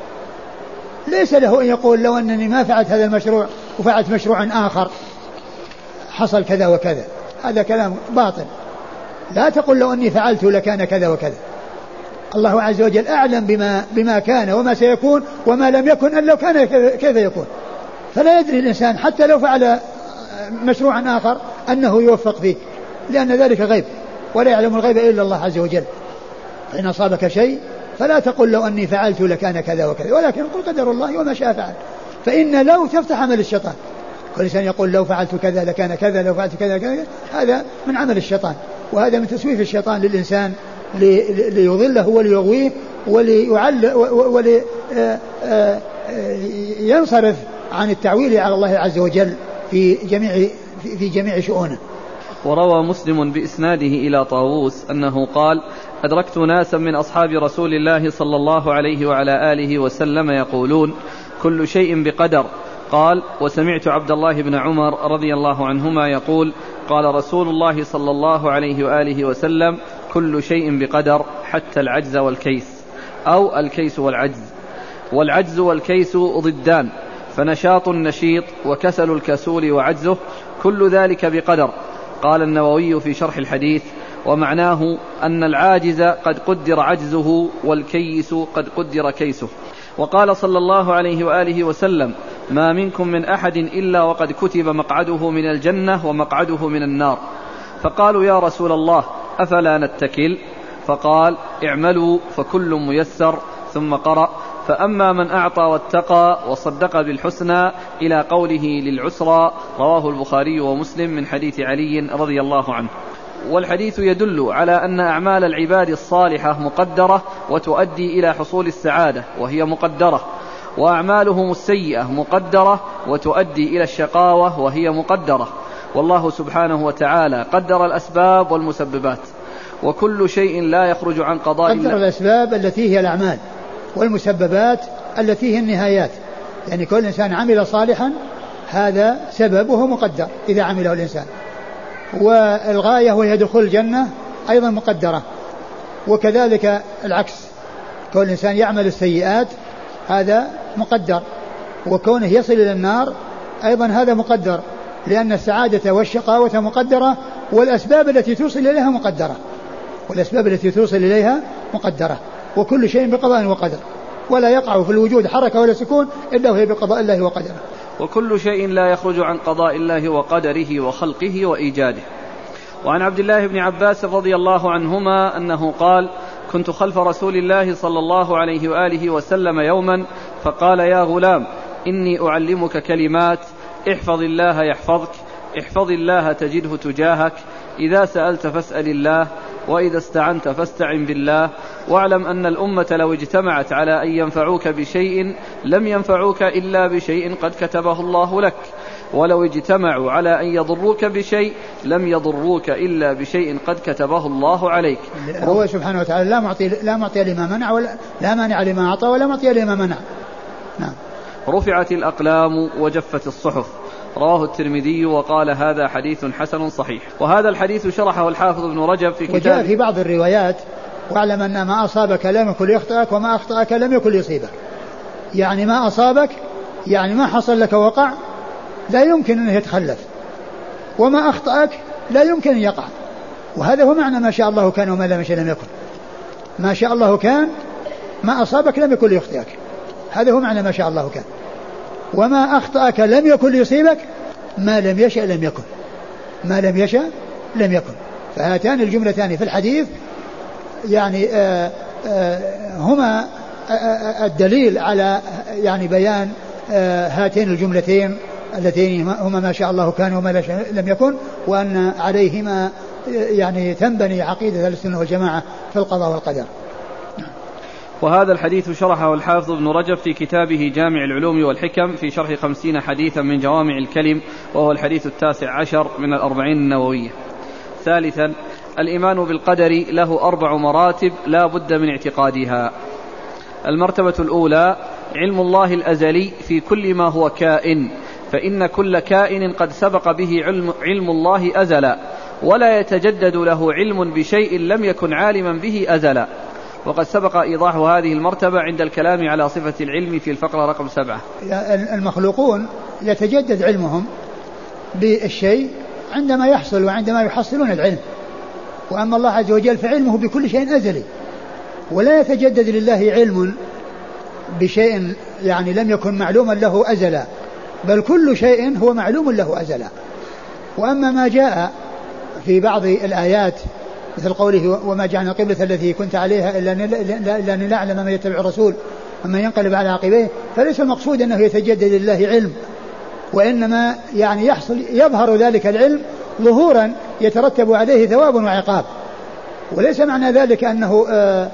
ليس له أن يقول لو أنني ما فعلت هذا المشروع وفعلت مشروعا آخر حصل كذا وكذا، هذا كلام باطل. لا تقل لو أني فعلت لكان كذا وكذا. الله عز وجل أعلم بما, بما كان وما سيكون، وما لم يكن أن لو كان كيف يكون. فلا يدري الإنسان حتى لو فعل مشروعا آخر أنه يوفق فيه، لأن ذلك غيب ولا يعلم الغيب إلا الله عز وجل. فإن أصابك شيء فلا تقل لو أني فعلت لكان كذا وكذا، ولكن قل قدر الله وما شاء فعل. فإن لو تفتح عمل الشيطان، كل إنسان يقول لو فعلت كذا لكان كذا، لو فعلت كذا كذا، هذا من عمل الشيطان، وهذا من تسويف الشيطان للإنسان ليضله وليغويه وليعل ولينصرف عن التعويل على الله عز وجل في جميع في جميع شؤونه. وروى مسلم بإسناده إلى طاووس أنه قال: أدركت ناسا من أصحاب رسول الله صلى الله عليه وعلى آله وسلم يقولون: كل شيء بقدر. قال: وسمعت عبد الله بن عمر رضي الله عنهما يقول: قال رسول الله صلى الله عليه وآله وسلم: كل شيء بقدر حتى العجز والكيس، أو الكيس والعجز. والعجز والكيس ضدان، فنشاط النشيط وكسل الكسول وعجزه، كل ذلك بقدر. قال النووي في شرح الحديث: ومعناه أن العاجز قد قدر عجزه، والكيس قد قدر كيسه. وقال صلى الله عليه وآله وسلم: ما منكم من أحد إلا وقد كتب مقعده من الجنة ومقعده من النار. فقالوا: يا رسول الله، أفلا نتكل؟ فقال: اعملوا فكل ميسر. ثم قرأ: فأما من أعطى واتقى وصدق بالحسنى إلى قوله للعسرى. رواه البخاري ومسلم من حديث علي رضي الله عنه. والحديث يدل على أن أعمال العباد الصالحة مقدرة وتؤدي إلى حصول السعادة وهي مقدرة، وأعمالهم السيئة مقدرة وتؤدي إلى الشقاوة وهي مقدرة. والله سبحانه وتعالى قدر الأسباب والمسببات، وكل شيء لا يخرج عن قضاء الله. قدر الأسباب التي هي الأعمال، والمسببات التي هي النهايات. يعني كل إنسان عمل صالحا هذا سببه مقدر إذا عمله الإنسان، والغاية وهي دخول الجنة أيضا مقدرة. وكذلك العكس، كل إنسان يعمل السيئات هذا مقدر، وكونه يصل إلى النار أيضا هذا مقدر، لأن السعادة والشقاوة مقدرة، والأسباب التي توصل إليها مقدرة والأسباب التي توصل إليها مقدرة وكل شيء بقضاء وقدر، ولا يقع في الوجود حركة ولا سكون إلا وهي بقضاء الله وقدره. وكل شيء لا يخرج عن قضاء الله وقدره وخلقه وإيجاده. وعن عبد الله بن عباس رضي الله عنهما أنه قال: كنت خلف رسول الله صلى الله عليه وآله وسلم يوما فقال: يا غلام، إني أعلمك كلمات، احفظ الله يحفظك، احفظ الله تجده تجاهك، إذا سألت فاسأل الله، وإذا استعنت فاستعن بالله، واعلم أن الأمة لو اجتمعت على أن ينفعوك بشيء لم ينفعوك إلا بشيء قد كتبه الله لك، ولو اجتمعوا على أن يضروك بشيء لم يضروك إلا بشيء قد كتبه الله عليك. هو سبحانه وتعالى لا معطي لا معطي لما منع ولا لا مانع لما أعطى ولا معطي لما منع. نعم. رفعت الأقلام وجفت الصحف. رواه الترمذي وقال: هذا حديث حسن صحيح. وهذا الحديث شرحه الحافظ ابن رجب في كتابه. وجاء في بعض الروايات: واعلم أن ما أصابك لم يكن ليخطئك وما أخطأك لم يكن ليصيبك. يعني ما أصابك يعني ما حصل لك وقع لا يمكن أن يتخلف، وما أخطأك لا يمكن أن يقع. وهذا هو معنى ما شاء الله كان وما لم يشاء لم يكن. ما شاء الله كان، ما أصابك لم يكن ليخطئك، هذا هو معنى ما شاء الله كان. وما أخطأك لم يكن ليصيبك، ما لم يشأ لم يكن، ما لم يشأ لم يكن. فهاتان الجملتان في الحديث يعني آآ آآ هما الدليل على يعني بيان هاتين الجملتين اللتين هما ما شاء الله كان وما لم يكن، وأن عليهما يعني تنبني عقيدة أهل السنة والجماعة في القضاء والقدر. وهذا الحديث شرحه الحافظ ابن رجب في كتابه جامع العلوم والحكم في شرح خمسين حديثا من جوامع الكلم، وهو الحديث التاسع عشر من الأربعين النووية. ثالثا، الإيمان بالقدر له أربع مراتب لا بد من اعتقادها. المرتبة الأولى: علم الله الأزلي في كل ما هو كائن، فإن كل كائن قد سبق به علم, علم الله أزلا، ولا يتجدد له علم بشيء لم يكن عالما به أزلا. وقد سبق إيضاح هذه المرتبة عند الكلام على صفة العلم في الفقرة رقم سبعة. المخلوقون يتجدد علمهم بالشيء عندما يحصل وعندما يحصلون العلم، وأما الله عز وجل فعلمه بكل شيء أزلي، ولا يتجدد لله علم بشيء يعني لم يكن معلوما له أزلا، بل كل شيء هو معلوم له أزلا. وأما ما جاء في بعض الآيات مثل قوله: وما جعلنا القبلة التي كنت عليها إلا أن نعلم من يتبع الرسول ومن ينقلب على عقبيه، فليس المقصود أنه يتجدد لله علم، وإنما يعني يحصل يظهر ذلك العلم ظهورا يترتب عليه ثواب وعقاب، وليس معنى ذلك أنه آآ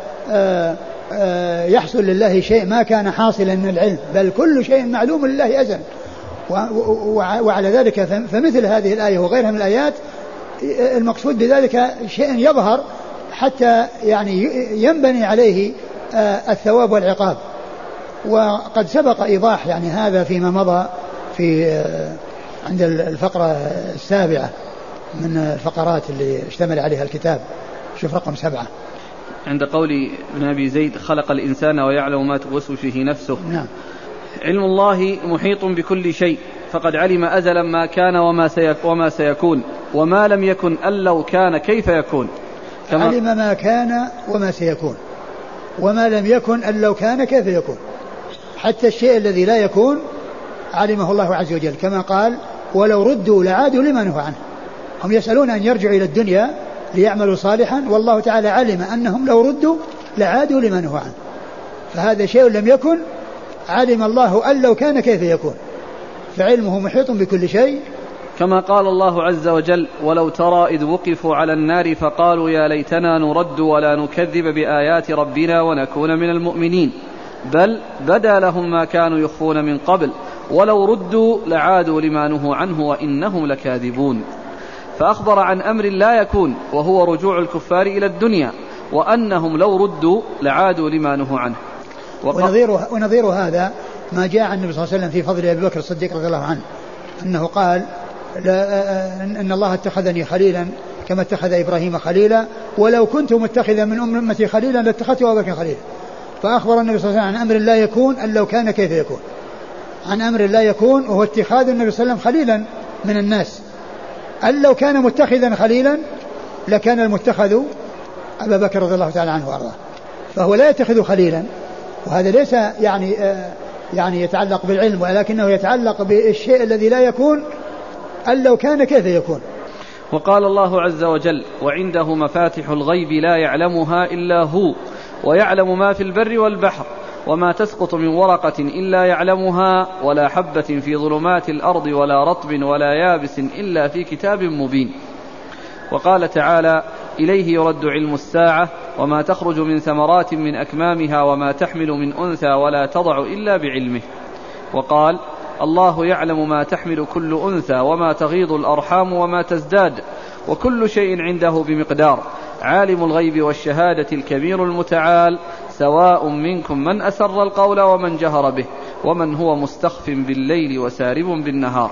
آآ يحصل لله شيء ما كان حاصلا من العلم، بل كل شيء معلوم لله أزل. وعلى ذلك فمثل هذه الآية وغيرها من الآيات المقصود بذلك شيء يظهر حتى يعني ينبني عليه الثواب والعقاب. وقد سبق إيضاح يعني هذا فيما مضى في عند الفقرة السابعة من الفقرات اللي اشتمل عليها الكتاب. شوف رقم سبعة عند قول ابن أبي زيد خلق الإنسان ويعلم ما توسوس فيه نفسه. نعم. علم الله محيط بكل شيء فقد علم أزلا ما كان وما, سيك وما سيكون وما لم يكن أن لو كان كيف يكون. كما علم ما كان وما سيكون وما لم يكن أن لو كان كيف يكون. حتى الشيء الذي لا يكون علمه الله عز وجل كما قال ولو ردوا لعادوا لما نهوا عنه. هم يسألون أن يرجعوا إلى الدنيا ليعملوا صالحا والله تعالى علم أنهم لو ردوا لعادوا لما نهوا عنه. فهذا شيء لم يكن علم الله أن لو كان كيف يكون. فعلمه محيط بكل شيء كما قال الله عز وجل ولو ترى إذ وقفوا على النار فقالوا يا ليتنا نرد ولا نكذب بآيات ربنا ونكون من المؤمنين بل بدا لهم ما كانوا يخفون من قبل ولو ردوا لعادوا لما نهوا عنه وإنهم لكاذبون. فأخبر عن أمر لا يكون وهو رجوع الكفار إلى الدنيا وأنهم لو ردوا لعادوا لما نهوا عنه. ونظير, ونظير هذا ما جاء عن النبي صلى الله عليه وسلم في فضل أبي بكر الصديق رضي الله عنه أنه قال لا إن الله اتخذني خليلا كما اتخذ إبراهيم خليلا ولو كنت متخذا من أمتي خليلا لاتخذت أبا بكر خليلا. فأخبر النبي صلى الله عليه وسلم عن أمر لا يكون أن لو كان كيف يكون. عن أمر لا يكون وهو اتخاذ النبي صلى الله عليه وسلم خليلا من الناس. أن لو كان متخذا خليلا لكان المتخذ أبا بكر رضي الله تعالى عنه وأرضاه. فهو لا يتخذ خليلا وهذا ليس يعني آه يعني يتعلق بالعلم ولكنه يتعلق بالشيء الذي لا يكون أن لو كان كيف يكون. وقال الله عز وجل وعنده مفاتح الغيب لا يعلمها إلا هو ويعلم ما في البر والبحر وما تسقط من ورقة إلا يعلمها ولا حبة في ظلمات الأرض ولا رطب ولا يابس إلا في كتاب مبين. وقال تعالى إليه يرد علم الساعة وما تخرج من ثمرات من أكمامها وما تحمل من أنثى ولا تضع إلا بعلمه. وقال الله يعلم ما تحمل كل أنثى وما تغيض الأرحام وما تزداد وكل شيء عنده بمقدار عالم الغيب والشهادة الكبير المتعال سواء منكم من أسر القول ومن جهر به ومن هو مستخف بالليل وسارب بالنهار.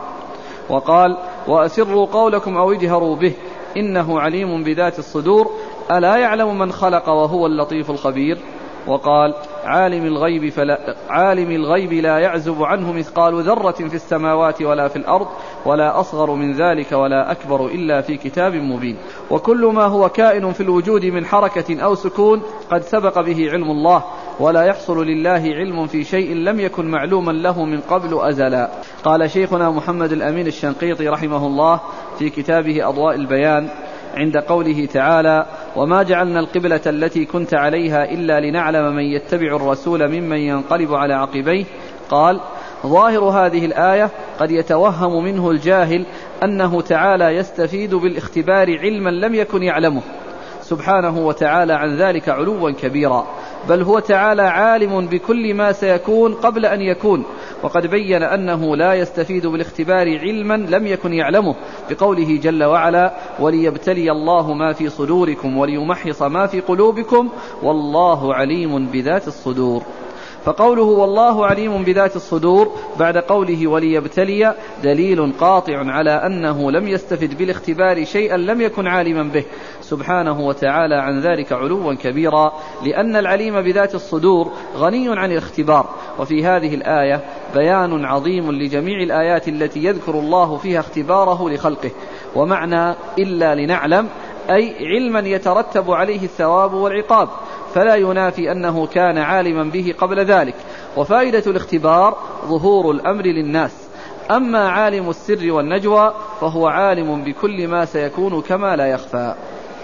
وقال وأسروا قولكم أو اجهروا به إنه عليم بذات الصدور ألا يعلم من خلق وهو اللطيف الخبير. وقال عالم الغيب, فلا عالم الغيب لا يعزب عنه مثقال ذرة في السماوات ولا في الأرض ولا أصغر من ذلك ولا أكبر إلا في كتاب مبين. وكل ما هو كائن في الوجود من حركة أو سكون قد سبق به علم الله ولا يحصل لله علم في شيء لم يكن معلوما له من قبل أزلا. قال شيخنا محمد الأمين الشنقيطي رحمه الله في كتابه أضواء البيان عند قوله تعالى وما جعلنا القبلة التي كنت عليها إلا لنعلم من يتبع الرسول ممن ينقلب على عقبيه قال ظاهر هذه الآية قد يتوهم منه الجاهل أنه تعالى يستفيد بالاختبار علما لم يكن يعلمه سبحانه وتعالى عن ذلك علوا كبيرا بل هو تعالى عالم بكل ما سيكون قبل أن يكون. وقد بين أنه لا يستفيد بالاختبار علما لم يكن يعلمه بقوله جل وعلا وليبتلي الله ما في صدوركم وليمحص ما في قلوبكم والله عليم بذات الصدور. فقوله والله عليم بذات الصدور بعد قوله وليبتلي دليل قاطع على أنه لم يستفد بالاختبار شيئا لم يكن عالما به سبحانه وتعالى عن ذلك علوا كبيرا لأن العليم بذات الصدور غني عن الاختبار. وفي هذه الآية بيان عظيم لجميع الآيات التي يذكر الله فيها اختباره لخلقه. ومعنى إلا لنعلم أي علما يترتب عليه الثواب والعقاب فلا ينافي أنه كان عالما به قبل ذلك. وفائدة الاختبار ظهور الأمر للناس. أما عالم السر والنجوى فهو عالم بكل ما سيكون كما لا يخفى.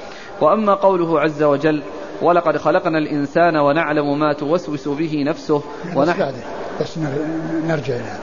وأما قوله عز وجل ولقد خلقنا الإنسان ونعلم ما توسوس به نفسه ونحن بس نرجع لها.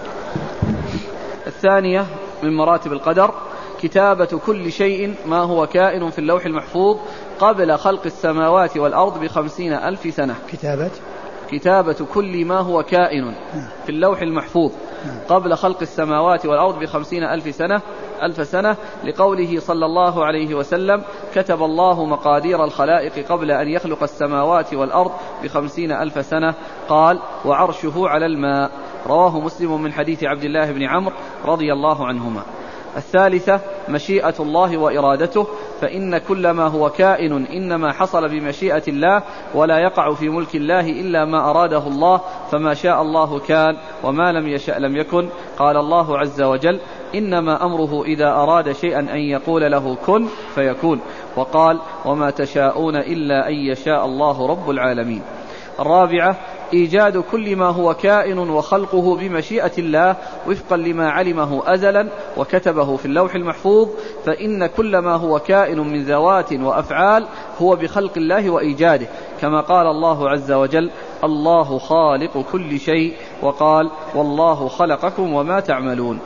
الثانية من مراتب القدر كتابة كل شيء ما هو كائن في اللوح المحفوظ قبل خلق السماوات والأرض بخمسين ألف سنة. كتابة كتابة كل ما هو كائن في اللوح المحفوظ قبل خلق السماوات والأرض بخمسين ألف سنة ألف سنة، لقوله صلى الله عليه وسلم: كتب الله مقادير الخلائق قبل أن يخلق السماوات والأرض بخمسين ألف سنة. قال: وعرشه على الماء. رواه مسلم من حديث عبد الله بن عمرو رضي الله عنهما. الثالثة مشيئة الله وإرادته، فإن كل ما هو كائن إنما حصل بمشيئة الله، ولا يقع في ملك الله إلا ما أراده الله، فما شاء الله كان وما لم يشأ لم يكن. قال الله عز وجل: إنما أمره إذا أراد شيئا أن يقول له كن فيكون. وقال: وما تشاءون إلا أن يشاء الله رب العالمين. الرابعة إيجاد كل ما هو كائن وخلقه بمشيئة الله وفقا لما علمه أزلا وكتبه في اللوح المحفوظ، فإن كل ما هو كائن من ذوات وأفعال هو بخلق الله وإيجاده، كما قال الله عز وجل: الله خالق كل شيء، وقال: والله خلقكم وما تعملون.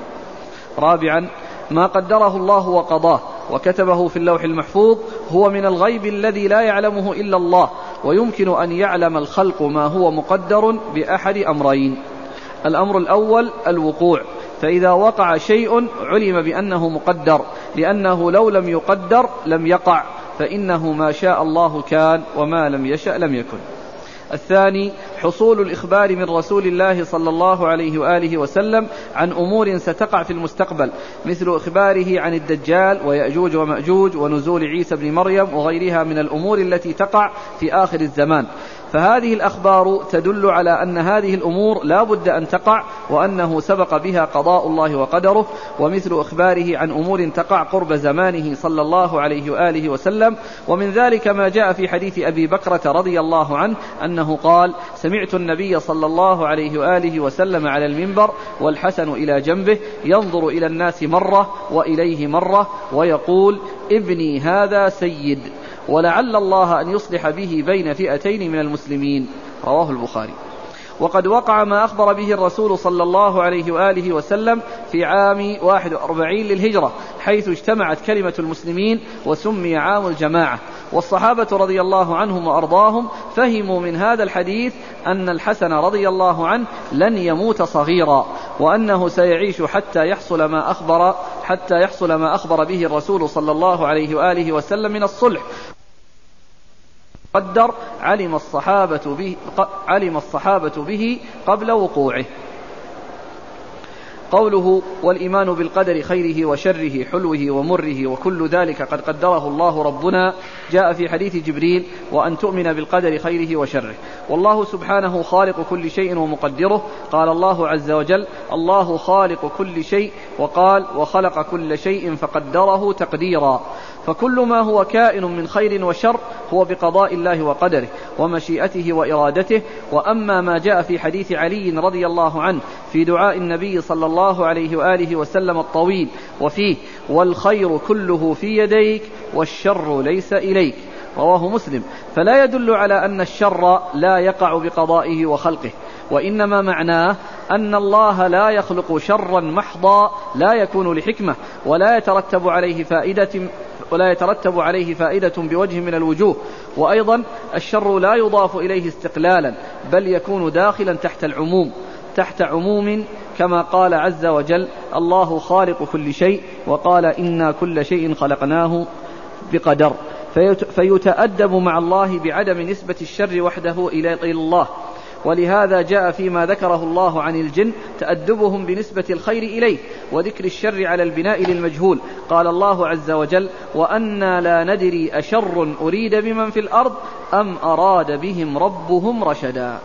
رابعا ما قدره الله وقضاه وكتبه في اللوح المحفوظ هو من الغيب الذي لا يعلمه إلا الله، ويمكن أن يعلم الخلق ما هو مقدر بأحد أمرين: الأمر الأول الوقوع، فإذا وقع شيء علم بأنه مقدر، لأنه لو لم يقدر لم يقع، فإنه ما شاء الله كان وما لم يشأ لم يكن. الثاني حصول الإخبار من رسول الله صلى الله عليه وآله وسلم عن أمور ستقع في المستقبل، مثل إخباره عن الدجال ويأجوج ومأجوج ونزول عيسى بن مريم وغيرها من الأمور التي تقع في آخر الزمان، فهذه الأخبار تدل على أن هذه الأمور لا بد أن تقع، وأنه سبق بها قضاء الله وقدره. ومثل إخباره عن أمور تقع قرب زمانه صلى الله عليه وآله وسلم، ومن ذلك ما جاء في حديث أبي بكرة رضي الله عنه أنه قال: سمعت النبي صلى الله عليه وآله وسلم على المنبر والحسن إلى جنبه ينظر إلى الناس مرة وإليه مرة ويقول: ابني هذا سيد، ولعل الله أن يصلح به بين فئتين من المسلمين. رواه البخاري. وقد وقع ما أخبر به الرسول صلى الله عليه وآله وسلم في عام واحد وأربعين للهجرة، حيث اجتمعت كلمة المسلمين وسمي عام الجماعة. والصحابة رضي الله عنهم وأرضاهم فهموا من هذا الحديث أن الحسن رضي الله عنه لن يموت صغيرا، وأنه سيعيش حتى يحصل ما أخبر حتى يحصل ما أخبر به الرسول صلى الله عليه وآله وسلم من الصلح. قدر علم الصحابة به علم الصحابة به قبل وقوعه. قوله: والإيمان بالقدر خيره وشره حلوه ومره وكل ذلك قد قدره الله ربنا، جاء في حديث جبريل: وأن تؤمن بالقدر خيره وشره. والله سبحانه خالق كل شيء ومقدره. قال الله عز وجل: الله خالق كل شيء، وقال: وخلق كل شيء فقدره تقديرا. فكل ما هو كائن من خير وشر هو بقضاء الله وقدره ومشيئته وإرادته. وأما ما جاء في حديث علي رضي الله عنه في دعاء النبي صلى الله عليه وآله وسلم الطويل وفيه: والخير كله في يديك والشر ليس إليك، رواه مسلم، فلا يدل على أن الشر لا يقع بقضائه وخلقه، وإنما معناه أن الله لا يخلق شرا محضا لا يكون لحكمة ولا يترتب عليه فائدة ولا يترتب عليه فائدة بوجه من الوجوه. وأيضا الشر لا يضاف إليه استقلالا، بل يكون داخلا تحت العموم تحت عموم كما قال عز وجل: الله خالق كل شيء، وقال: إنا كل شيء خلقناه بقدر. فيتأدب مع الله بعدم نسبة الشر وحده إلى الله. ولهذا جاء فيما ذكره الله عن الجن تأدبهم بنسبة الخير إليه، وذكر الشر على البناء للمجهول. قال الله عز وجل: وأنا لا ندري أشر أريد بمن في الأرض أم أراد بهم ربهم رشدا.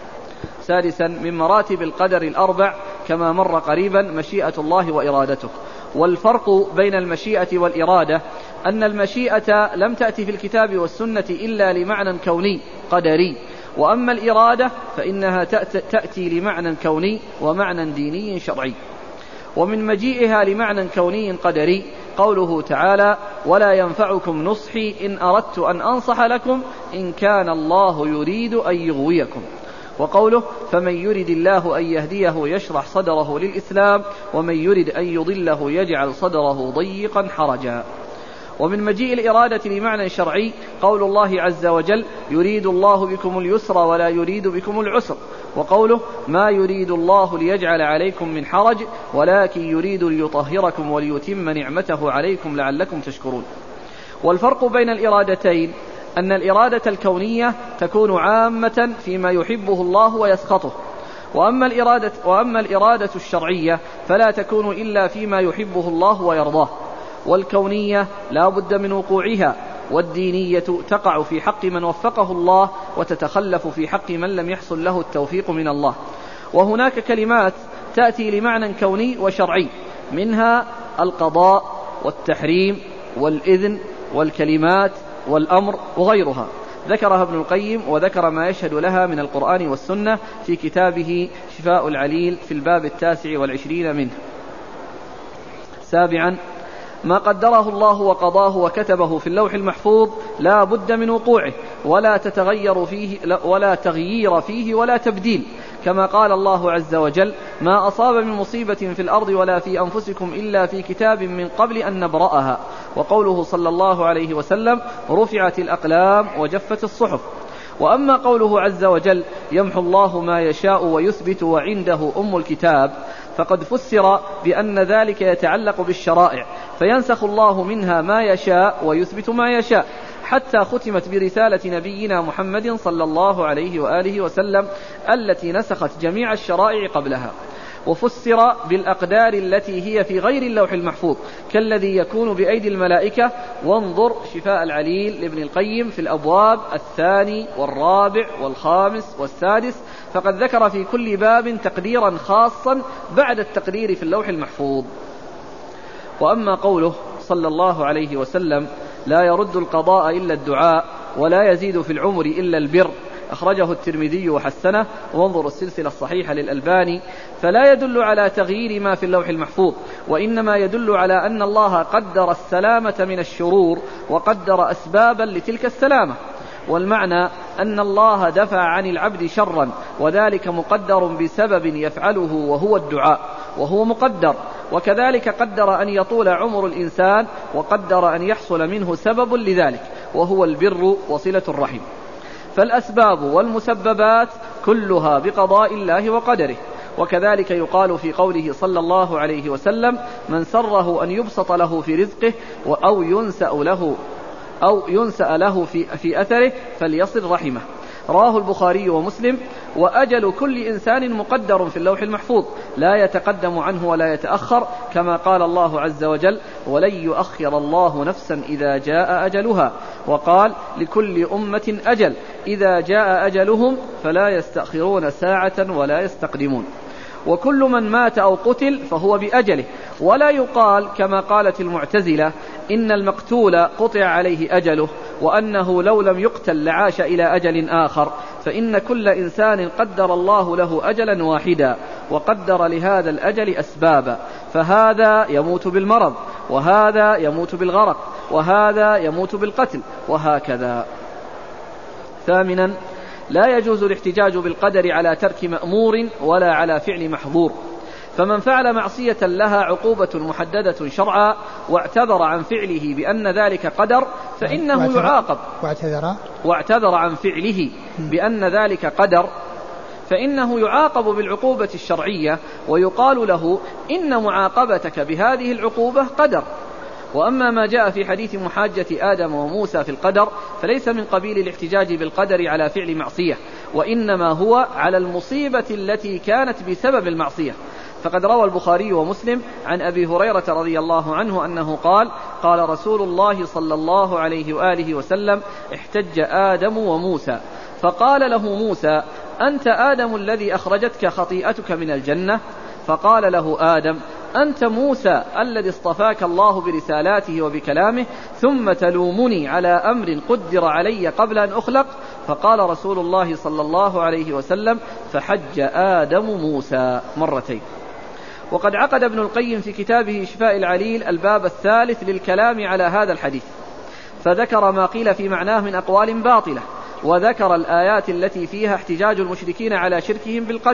سادسا من مراتب القدر الأربع كما مر قريبا مشيئة الله وإرادته. والفرق بين المشيئة والإرادة أن المشيئة لم تأتي في الكتاب والسنة إلا لمعنى كوني قدري، وأما الإرادة فإنها تأتي لمعنى كوني ومعنى ديني شرعي. ومن مجيئها لمعنى كوني قدري قوله تعالى: ولا ينفعكم نصحي إن أردت أن أنصح لكم إن كان الله يريد أن يغويكم. وقوله: فمن يرد الله أن يهديه يشرح صدره للإسلام ومن يرد أن يضله يجعل صدره ضيقا حرجا. ومن مجيء الإرادة لمعنى شرعي قول الله عز وجل يريد الله بكم اليسر ولا يريد بكم العسر، وقوله ما يريد الله ليجعل عليكم من حرج ولكن يريد ليطهركم وليتم نعمته عليكم لعلكم تشكرون. والفرق بين الإرادتين أن الإرادة الكونية تكون عامة فيما يحبه الله ويسخطه، وأما الإرادة, وأما الإرادة الشرعية فلا تكون إلا فيما يحبه الله ويرضاه. والكونية لا بد من وقوعها، والدينية تقع في حق من وفقه الله وتتخلف في حق من لم يحصل له التوفيق من الله. وهناك كلمات تأتي لمعنى كوني وشرعي، منها القضاء والتحريم والإذن والكلمات والأمر وغيرها، ذكرها ابن القيم وذكر ما يشهد لها من القرآن والسنة في كتابه شفاء العليل في الباب التاسع والعشرين منه. سابعا ما قدره الله وقضاه وكتبه في اللوح المحفوظ لا بد من وقوعه ولا تتغير فيه ولا تغيير فيه ولا تبديل، كما قال الله عز وجل ما أصاب من مصيبة في الأرض ولا في أنفسكم إلا في كتاب من قبل أن نبرأها. وقوله صلى الله عليه وسلم رفعت الأقلام وجفت الصحف. وأما قوله عز وجل يمحو الله ما يشاء ويثبت وعنده أم الكتاب فقد فسر بأن ذلك يتعلق بالشرائع، فينسخ الله منها ما يشاء ويثبت ما يشاء، حتى ختمت برسالة نبينا محمد صلى الله عليه وآله وسلم التي نسخت جميع الشرائع قبلها. وفسر بالأقدار التي هي في غير اللوح المحفوظ كالذي يكون بأيدي الملائكة، وانظر شفاء العليل لابن القيم في الأبواب الثاني والرابع والخامس والسادس، فقد ذكر في كل باب تقديرا خاصا بعد التقدير في اللوح المحفوظ. وأما قوله صلى الله عليه وسلم لا يرد القضاء إلا الدعاء ولا يزيد في العمر إلا البر، أخرجه الترمذي وحسنه، وانظر السلسلة الصحيحة للألباني، فلا يدل على تغيير ما في اللوح المحفوظ، وإنما يدل على أن الله قدر السلامة من الشرور وقدر أسبابا لتلك السلامة. والمعنى أن الله دفع عن العبد شرا، وذلك مقدر بسبب يفعله وهو الدعاء، وهو مقدر. وكذلك قدر أن يطول عمر الإنسان، وقدر أن يحصل منه سبب لذلك وهو البر وصلة الرحم. فالأسباب والمسببات كلها بقضاء الله وقدره. وكذلك يقال في قوله صلى الله عليه وسلم من سره أن يبسط له في رزقه أو ينسأ له أو ينسأ له في, في أثره فليصل رحمه، رواه البخاري ومسلم. وأجل كل إنسان مقدر في اللوح المحفوظ لا يتقدم عنه ولا يتأخر، كما قال الله عز وجل ولن يؤخر الله نفسا إذا جاء أجلها، وقال لكل أمة أجل إذا جاء أجلهم فلا يستأخرون ساعة ولا يستقدمون. وكل من مات أو قتل فهو بأجله، ولا يقال كما قالت المعتزلة إن المقتول قطع عليه أجله وأنه لو لم يقتل لعاش إلى أجل آخر، فإن كل إنسان قدر الله له أجلا واحدا وقدر لهذا الأجل أسبابا، فهذا يموت بالمرض، وهذا يموت بالغرق، وهذا يموت بالقتل، وهكذا. ثامنا لا يجوز الاحتجاج بالقدر على ترك مأمور ولا على فعل محظور، فمن فعل معصية لها عقوبة محددة شرعا واعتذر عن فعله بأن ذلك قدر فإنه يعاقب واعتذر, واعتذر عن فعله بأن ذلك قدر فإنه يعاقب بالعقوبة الشرعية، ويقال له إن معاقبتك بهذه العقوبة قدر. وأما ما جاء في حديث محاجة آدم وموسى في القدر فليس من قبيل الاحتجاج بالقدر على فعل معصية، وإنما هو على المصيبة التي كانت بسبب المعصية. فقد روى البخاري ومسلم عن أبي هريرة رضي الله عنه أنه قال قال رسول الله صلى الله عليه وآله وسلم احتج آدم وموسى فقال له موسى أنت آدم الذي أخرجتك خطيئتك من الجنة؟ فقال له آدم أنت موسى الذي اصطفاك الله برسالاته وبكلامه ثم تلومني على أمر قدر علي قبل أن أخلق؟ فقال رسول الله صلى الله عليه وسلم فحج آدم موسى مرتين. وقد عقد ابن القيم في كتابه شفاء العليل الباب الثالث للكلام على هذا الحديث، فذكر ما قيل في معناه من أقوال باطلة، وذكر الآيات التي فيها احتجاج المشركين على شركهم بالقدر،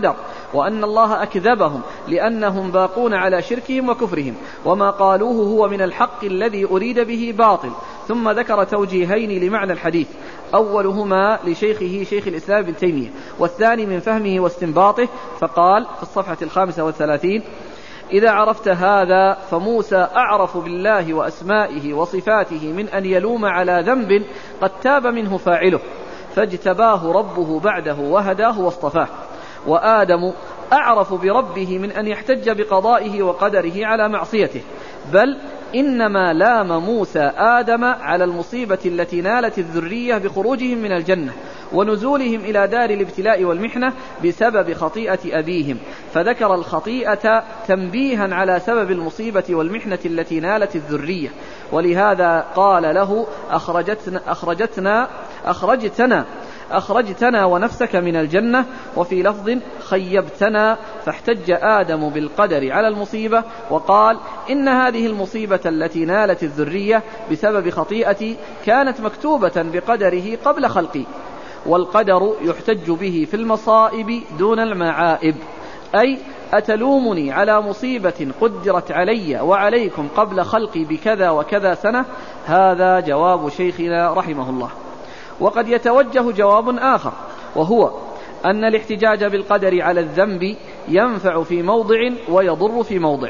وأن الله أكذبهم لأنهم باقون على شركهم وكفرهم، وما قالوه هو من الحق الذي أريد به باطل. ثم ذكر توجيهين لمعنى الحديث، أولهما لشيخه شيخ الإسلام ابن تيمية، والثاني من فهمه واستنباطه، فقال في الصفحة الخامسة والثلاثين: إذا عرفت هذا فموسى أعرف بالله وأسمائه وصفاته من أن يلوم على ذنب قد تاب منه فاعله، فاجتباه ربه بعده وهداه واصطفاه. وآدم أعرف بربه من أن يحتج بقضائه وقدره على معصيته، بل إنما لام موسى آدم على المصيبة التي نالت الذرية بخروجهم من الجنة ونزولهم إلى دار الابتلاء والمحنة بسبب خطيئة أبيهم، فذكر الخطيئة تنبيها على سبب المصيبة والمحنة التي نالت الذرية، ولهذا قال له: أخرجتنا أخرجتنا أخرجتنا أخرجتنا ونفسك من الجنة، وفي لفظ: خيبتنا. فاحتج آدم بالقدر على المصيبة وقال: إن هذه المصيبة التي نالت الذرية بسبب خطيئتي كانت مكتوبة بقدره قبل خلقي، والقدر يحتج به في المصائب دون المعائب، أي أتلومني على مصيبة قدرت علي وعليكم قبل خلقي بكذا وكذا سنة؟ هذا جواب شيخنا رحمه الله. وقد يتوجه جواب آخر، وهو أن الاحتجاج بالقدر على الذنب ينفع في موضع ويضر في موضع،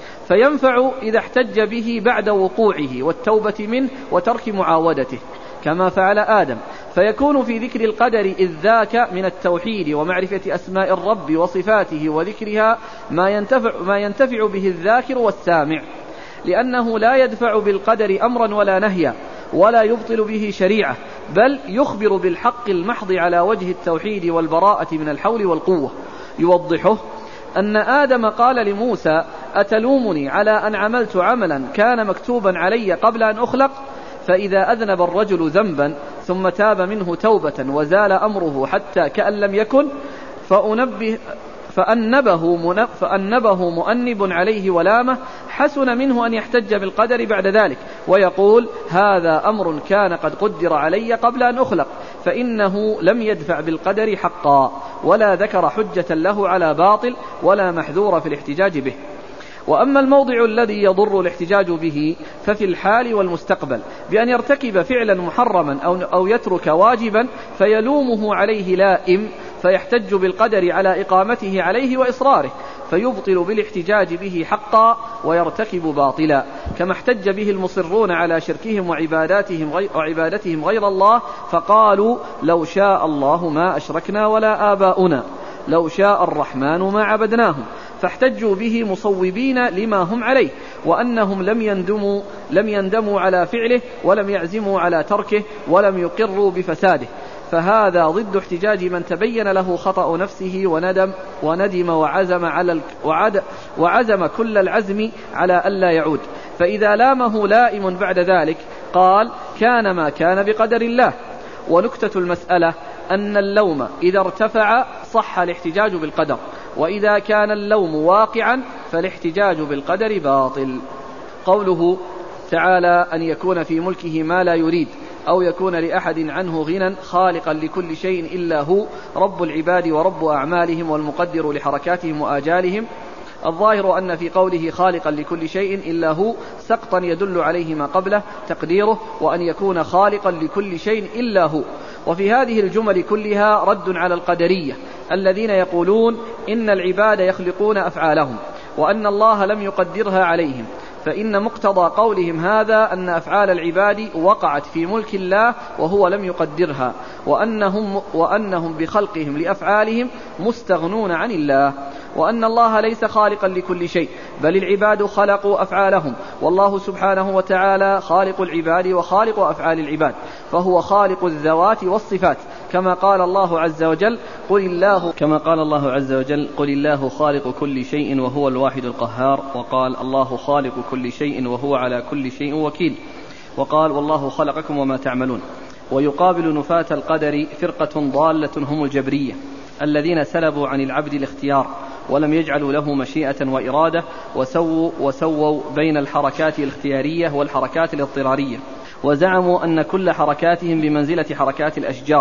فينفع إذا احتج به بعد وقوعه والتوبة منه وترك معاودته كما فعل آدم، فيكون في ذكر القدر إذ ذاك من التوحيد ومعرفة أسماء الرب وصفاته وذكرها ما ينتفع, ما ينتفع به الذاكر والسامع، لأنه لا يدفع بالقدر أمرا ولا نهيا ولا يبطل به شريعة، بل يخبر بالحق المحض على وجه التوحيد والبراءة من الحول والقوة. يوضحه أن آدم قال لموسى: أتلومني على أن عملت عملا كان مكتوبا علي قبل أن أخلق؟ فإذا أذنب الرجل ذنبا ثم تاب منه توبة وزال أمره حتى كأن لم يكن، فأنبه فأنبه, فأنبه مؤنب عليه ولامه، حسن منه أن يحتج بالقدر بعد ذلك ويقول: هذا أمر كان قد قدر علي قبل أن أخلق، فإنه لم يدفع بالقدر حقا، ولا ذكر حجة له على باطل ولا محذور في الاحتجاج به. وأما الموضع الذي يضر الاحتجاج به ففي الحال والمستقبل، بأن يرتكب فعلا محرما أو يترك واجبا فيلومه عليه لائم، فيحتج بالقدر على إقامته عليه وإصراره، فيبطل بالاحتجاج به حقا ويرتكب باطلا، كما احتج به المصرون على شركهم وعباداتهم غير, وعبادتهم غير الله، فقالوا: لو شاء الله ما أشركنا ولا آباؤنا، لو شاء الرحمن ما عبدناهم، فاحتجوا به مصوبين لما هم عليه، وأنهم لم يندموا, لم يندموا على فعله ولم يعزموا على تركه ولم يقروا بفساده، فهذا ضد احتجاج من تبين له خطأ نفسه وندم وندم وعزم, على وعد وعزم كل العزم على ألا يعود. فإذا لامه لائم بعد ذلك قال: كان ما كان بقدر الله. ونكتة المسألة أن اللوم إذا ارتفع صح الاحتجاج بالقدر، وإذا كان اللوم واقعا فالاحتجاج بالقدر باطل. قوله تعالى: أن يكون في ملكه ما لا يريد، أو يكون لأحد عنه غنى خالقا لكل شيء إلا هو، رب العباد ورب أعمالهم والمقدر لحركاتهم وآجالهم. الظاهر أن في قوله خالقا لكل شيء إلا هو سقطا يدل عليه ما قبله تقديره: وأن يكون خالقا لكل شيء إلا هو. وفي هذه الجمل كلها رد على القدرية الذين يقولون إن العباد يخلقون أفعالهم وأن الله لم يقدرها عليهم، فإن مقتضى قولهم هذا أن أفعال العباد وقعت في ملك الله وهو لم يقدرها، وأنهم, وأنهم بخلقهم لأفعالهم مستغنون عن الله، وأن الله ليس خالقا لكل شيء، بل العباد خلقوا أفعالهم، والله سبحانه وتعالى خالق العباد وخالق أفعال العباد، فهو خالق الذوات والصفات، كما قال الله عز وجل: قل الله كما قال الله عز وجل: قل الله خالق كل شيء وهو الواحد القهار. وقال: الله خالق كل شيء وهو على كل شيء وكيل. وقال: والله خلقكم وما تعملون. ويقابل نفاة القدر فرقة ضالة هم الجبرية الذين سلبوا عن العبد الاختيار ولم يجعلوا له مشيئة وإرادة، وسووا, وسووا بين الحركات الاختيارية والحركات الاضطرارية، وزعموا أن كل حركاتهم بمنزلة حركات الأشجار،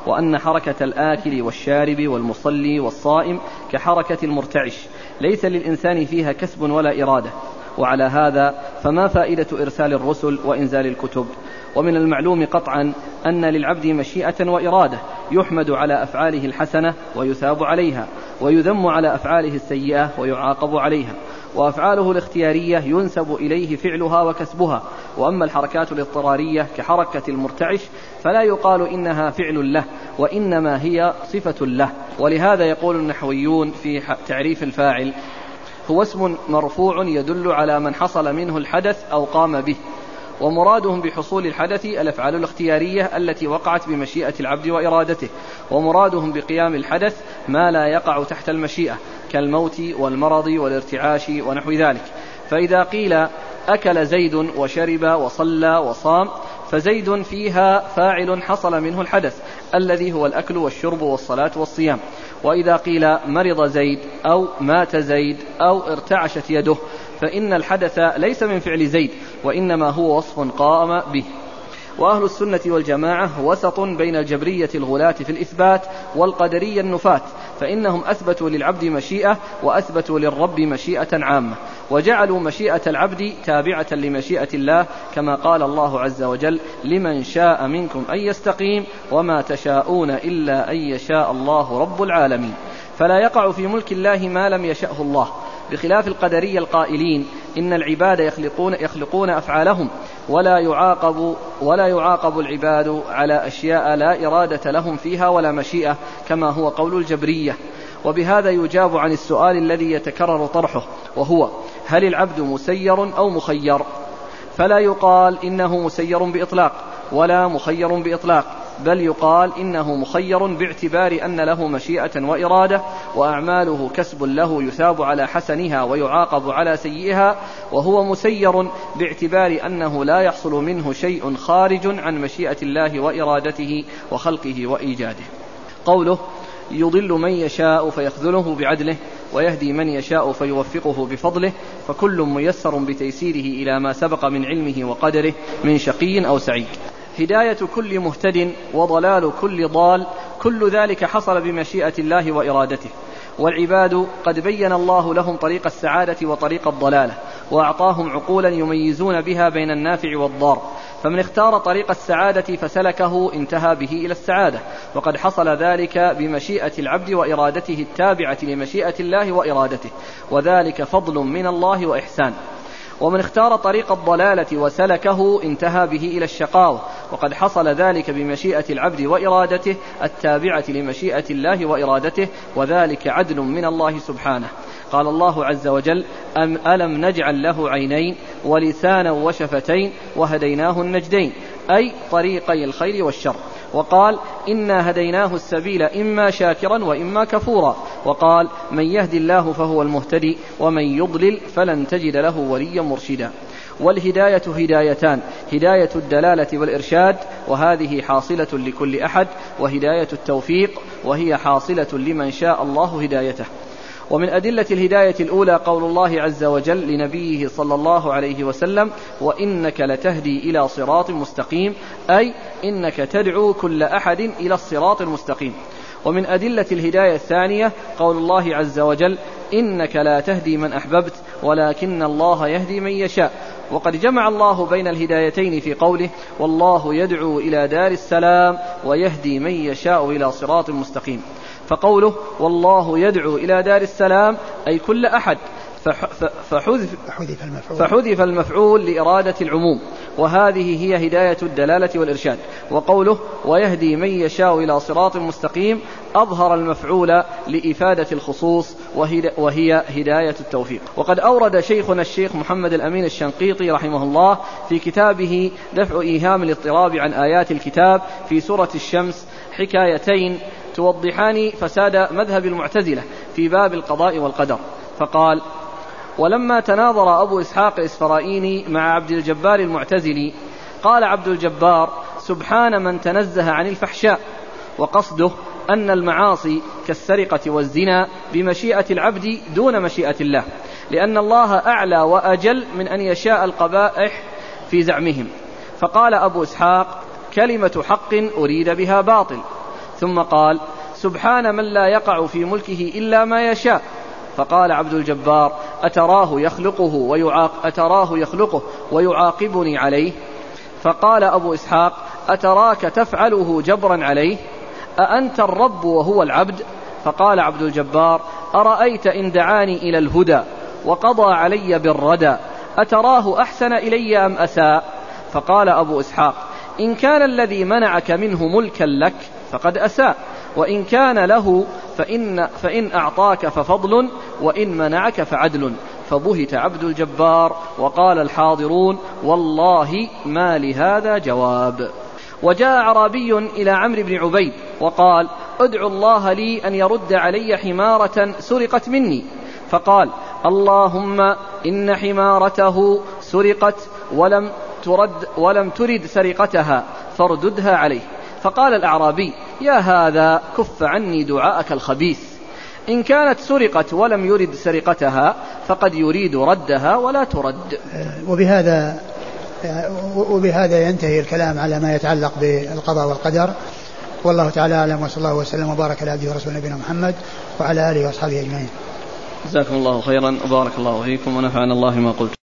وأن حركة الآكل والشارب والمصلي والصائم كحركة المرتعش ليس للإنسان فيها كسب ولا إرادة. وعلى هذا فما فائدة إرسال الرسل وإنزال الكتب؟ ومن المعلوم قطعا أن للعبد مشيئة وإرادة، يحمد على أفعاله الحسنة ويثاب عليها، ويذم على أفعاله السيئة ويعاقب عليها. وأفعاله الاختيارية ينسب إليه فعلها وكسبها. وأما الحركات الاضطرارية كحركة المرتعش فلا يقال إنها فعل له، وإنما هي صفة له. ولهذا يقول النحويون في تعريف الفاعل: هو اسم مرفوع يدل على من حصل منه الحدث أو قام به. ومرادهم بحصول الحدث الأفعال الاختيارية التي وقعت بمشيئة العبد وإرادته، ومرادهم بقيام الحدث ما لا يقع تحت المشيئة كالموت والمرض والارتعاش ونحو ذلك. فإذا قيل أكل زيد وشرب وصلى وصام فزيد فيها فاعل حصل منه الحدث الذي هو الأكل والشرب والصلاة والصيام. وإذا قيل مرض زيد أو مات زيد أو ارتعشت يده فإن الحدث ليس من فعل زيد، وإنما هو وصف قام به. وأهل السنة والجماعة وسط بين الجبرية الغلاة في الإثبات والقدرية النفاة، فإنهم أثبتوا للعبد مشيئة وأثبتوا للرب مشيئة عامة، وجعلوا مشيئة العبد تابعة لمشيئة الله، كما قال الله عز وجل: لمن شاء منكم أن يستقيم وما تشاءون إلا أن يشاء الله رب العالمين. فلا يقع في ملك الله ما لم يشأه الله، بخلاف القدرية القائلين إن العباد يخلقون, يخلقون أفعالهم ولا يعاقب, ولا يعاقب العباد على أشياء لا إرادة لهم فيها ولا مشيئة، كما هو قول الجبرية. وبهذا يجاب عن السؤال الذي يتكرر طرحه، وهو: هل العبد مسير أو مخير؟ فلا يقال إنه مسير بإطلاق ولا مخير بإطلاق، بل يقال إنه مخير باعتبار أن له مشيئة وإرادة، وأعماله كسب له يثاب على حسنها ويعاقب على سيئها، وهو مسير باعتبار أنه لا يحصل منه شيء خارج عن مشيئة الله وإرادته وخلقه وإيجاده. قوله: يضل من يشاء فيخذله بعدله ويهدي من يشاء فيوفقه بفضله، فكل ميسر بتيسيره إلى ما سبق من علمه وقدره من شقي أو سعيد. هداية كل مهتد وضلال كل ضال، كل ذلك حصل بمشيئة الله وإرادته. والعباد قد بين الله لهم طريق السعادة وطريق الضلالة، وأعطاهم عقولا يميزون بها بين النافع والضار، فمن اختار طريق السعادة فسلكه انتهى به إلى السعادة، وقد حصل ذلك بمشيئة العبد وإرادته التابعة لمشيئة الله وإرادته، وذلك فضل من الله وإحسان. ومن اختار طريق الضلالة وسلكه انتهى به إلى الشقاوة، وقد حصل ذلك بمشيئة العبد وإرادته التابعة لمشيئة الله وإرادته، وذلك عدل من الله سبحانه. قال الله عز وجل: أم ألم نجعل له عينين ولسانا وشفتين وهديناه النجدين، أي طريقي الخير والشر. وقال: إنا هديناه السبيل إما شاكرا وإما كفورا. وقال: من يهدي الله فهو المهتدي ومن يضلل فلن تجد له وليا مرشدا. والهداية هدايتان: هداية الدلالة والإرشاد، وهذه حاصلة لكل أحد، وهداية التوفيق، وهي حاصلة لمن شاء الله هدايته. ومن أدلة الهداية الأولى قول الله عز وجل لنبيه صلى الله عليه وسلم: وإنك لتهدي إلى صراط مستقيم، أي إنك تدعو كل أحد إلى الصراط المستقيم. ومن أدلة الهداية الثانية قول الله عز وجل: إنك لا تهدي من أحببت ولكن الله يهدي من يشاء. وقد جمع الله بين الهدايتين في قوله: والله يدعو إلى دار السلام ويهدي من يشاء إلى صراط مستقيم. فقوله والله يدعو إلى دار السلام أي كل أحد، فحذف, فحذف المفعول لإرادة العموم، وهذه هي هداية الدلالة والإرشاد. وقوله ويهدي من يشاء إلى صراط مستقيم أظهر المفعول لإفادة الخصوص، وهي هداية التوفيق. وقد أورد شيخنا الشيخ محمد الأمين الشنقيطي رحمه الله في كتابه دفع إيهام الاضطراب عن آيات الكتاب في سورة الشمس حكايتين توضحان فساد مذهب المعتزلة في باب القضاء والقدر. فقال: ولما تناظر أبو إسحاق الإسفرائيني مع عبد الجبار المعتزلي قال عبد الجبار: سبحان من تنزه عن الفحشاء. وقصده أن المعاصي كالسرقة والزنا بمشيئة العبد دون مشيئة الله، لأن الله أعلى وأجل من أن يشاء القبائح في زعمهم. فقال أبو إسحاق: كلمة حق أريد بها باطل. ثم قال: سبحان من لا يقع في ملكه إلا ما يشاء. فقال عبد الجبار: أتراه يخلقه, ويعاق أتراه يخلقه ويعاقبني عليه؟ فقال أبو إسحاق: أتراك تفعله جبرا عليه؟ أأنت الرب وهو العبد؟ فقال عبد الجبار: أرأيت إن دعاني إلى الهدى وقضى علي بالردى أتراه أحسن إلي أم أساء؟ فقال أبو إسحاق: إن كان الذي منعك منه ملكا لك فقد أساء، وإن كان له فإن, فإن أعطاك ففضل، وإن منعك فعدل. فبهت عبد الجبار وقال الحاضرون: والله ما لهذا جواب. وجاء أعرابي إلى عمرو بن عبيد وقال: ادعو الله لي أن يرد علي حمارة سرقت مني. فقال: اللهم إن حمارته سرقت ولم ترد, ولم ترد سرقتها فارددها عليه. فقال الأعرابي: يا هذا كف عني دعاءك الخبيث، إن كانت سرقت ولم يرد سرقتها فقد يريد ردها ولا ترد. وبهذا وبهذا ينتهي الكلام على ما يتعلق بالقضاء والقدر، والله تعالى أعلم، وصلى الله وسلم وبارك على عبده ورسوله نبينا محمد وعلى آله وأصحابه أجمعين. جزاكم الله خيرا وبارك الله فيكم ونفعنا الله ما قلت.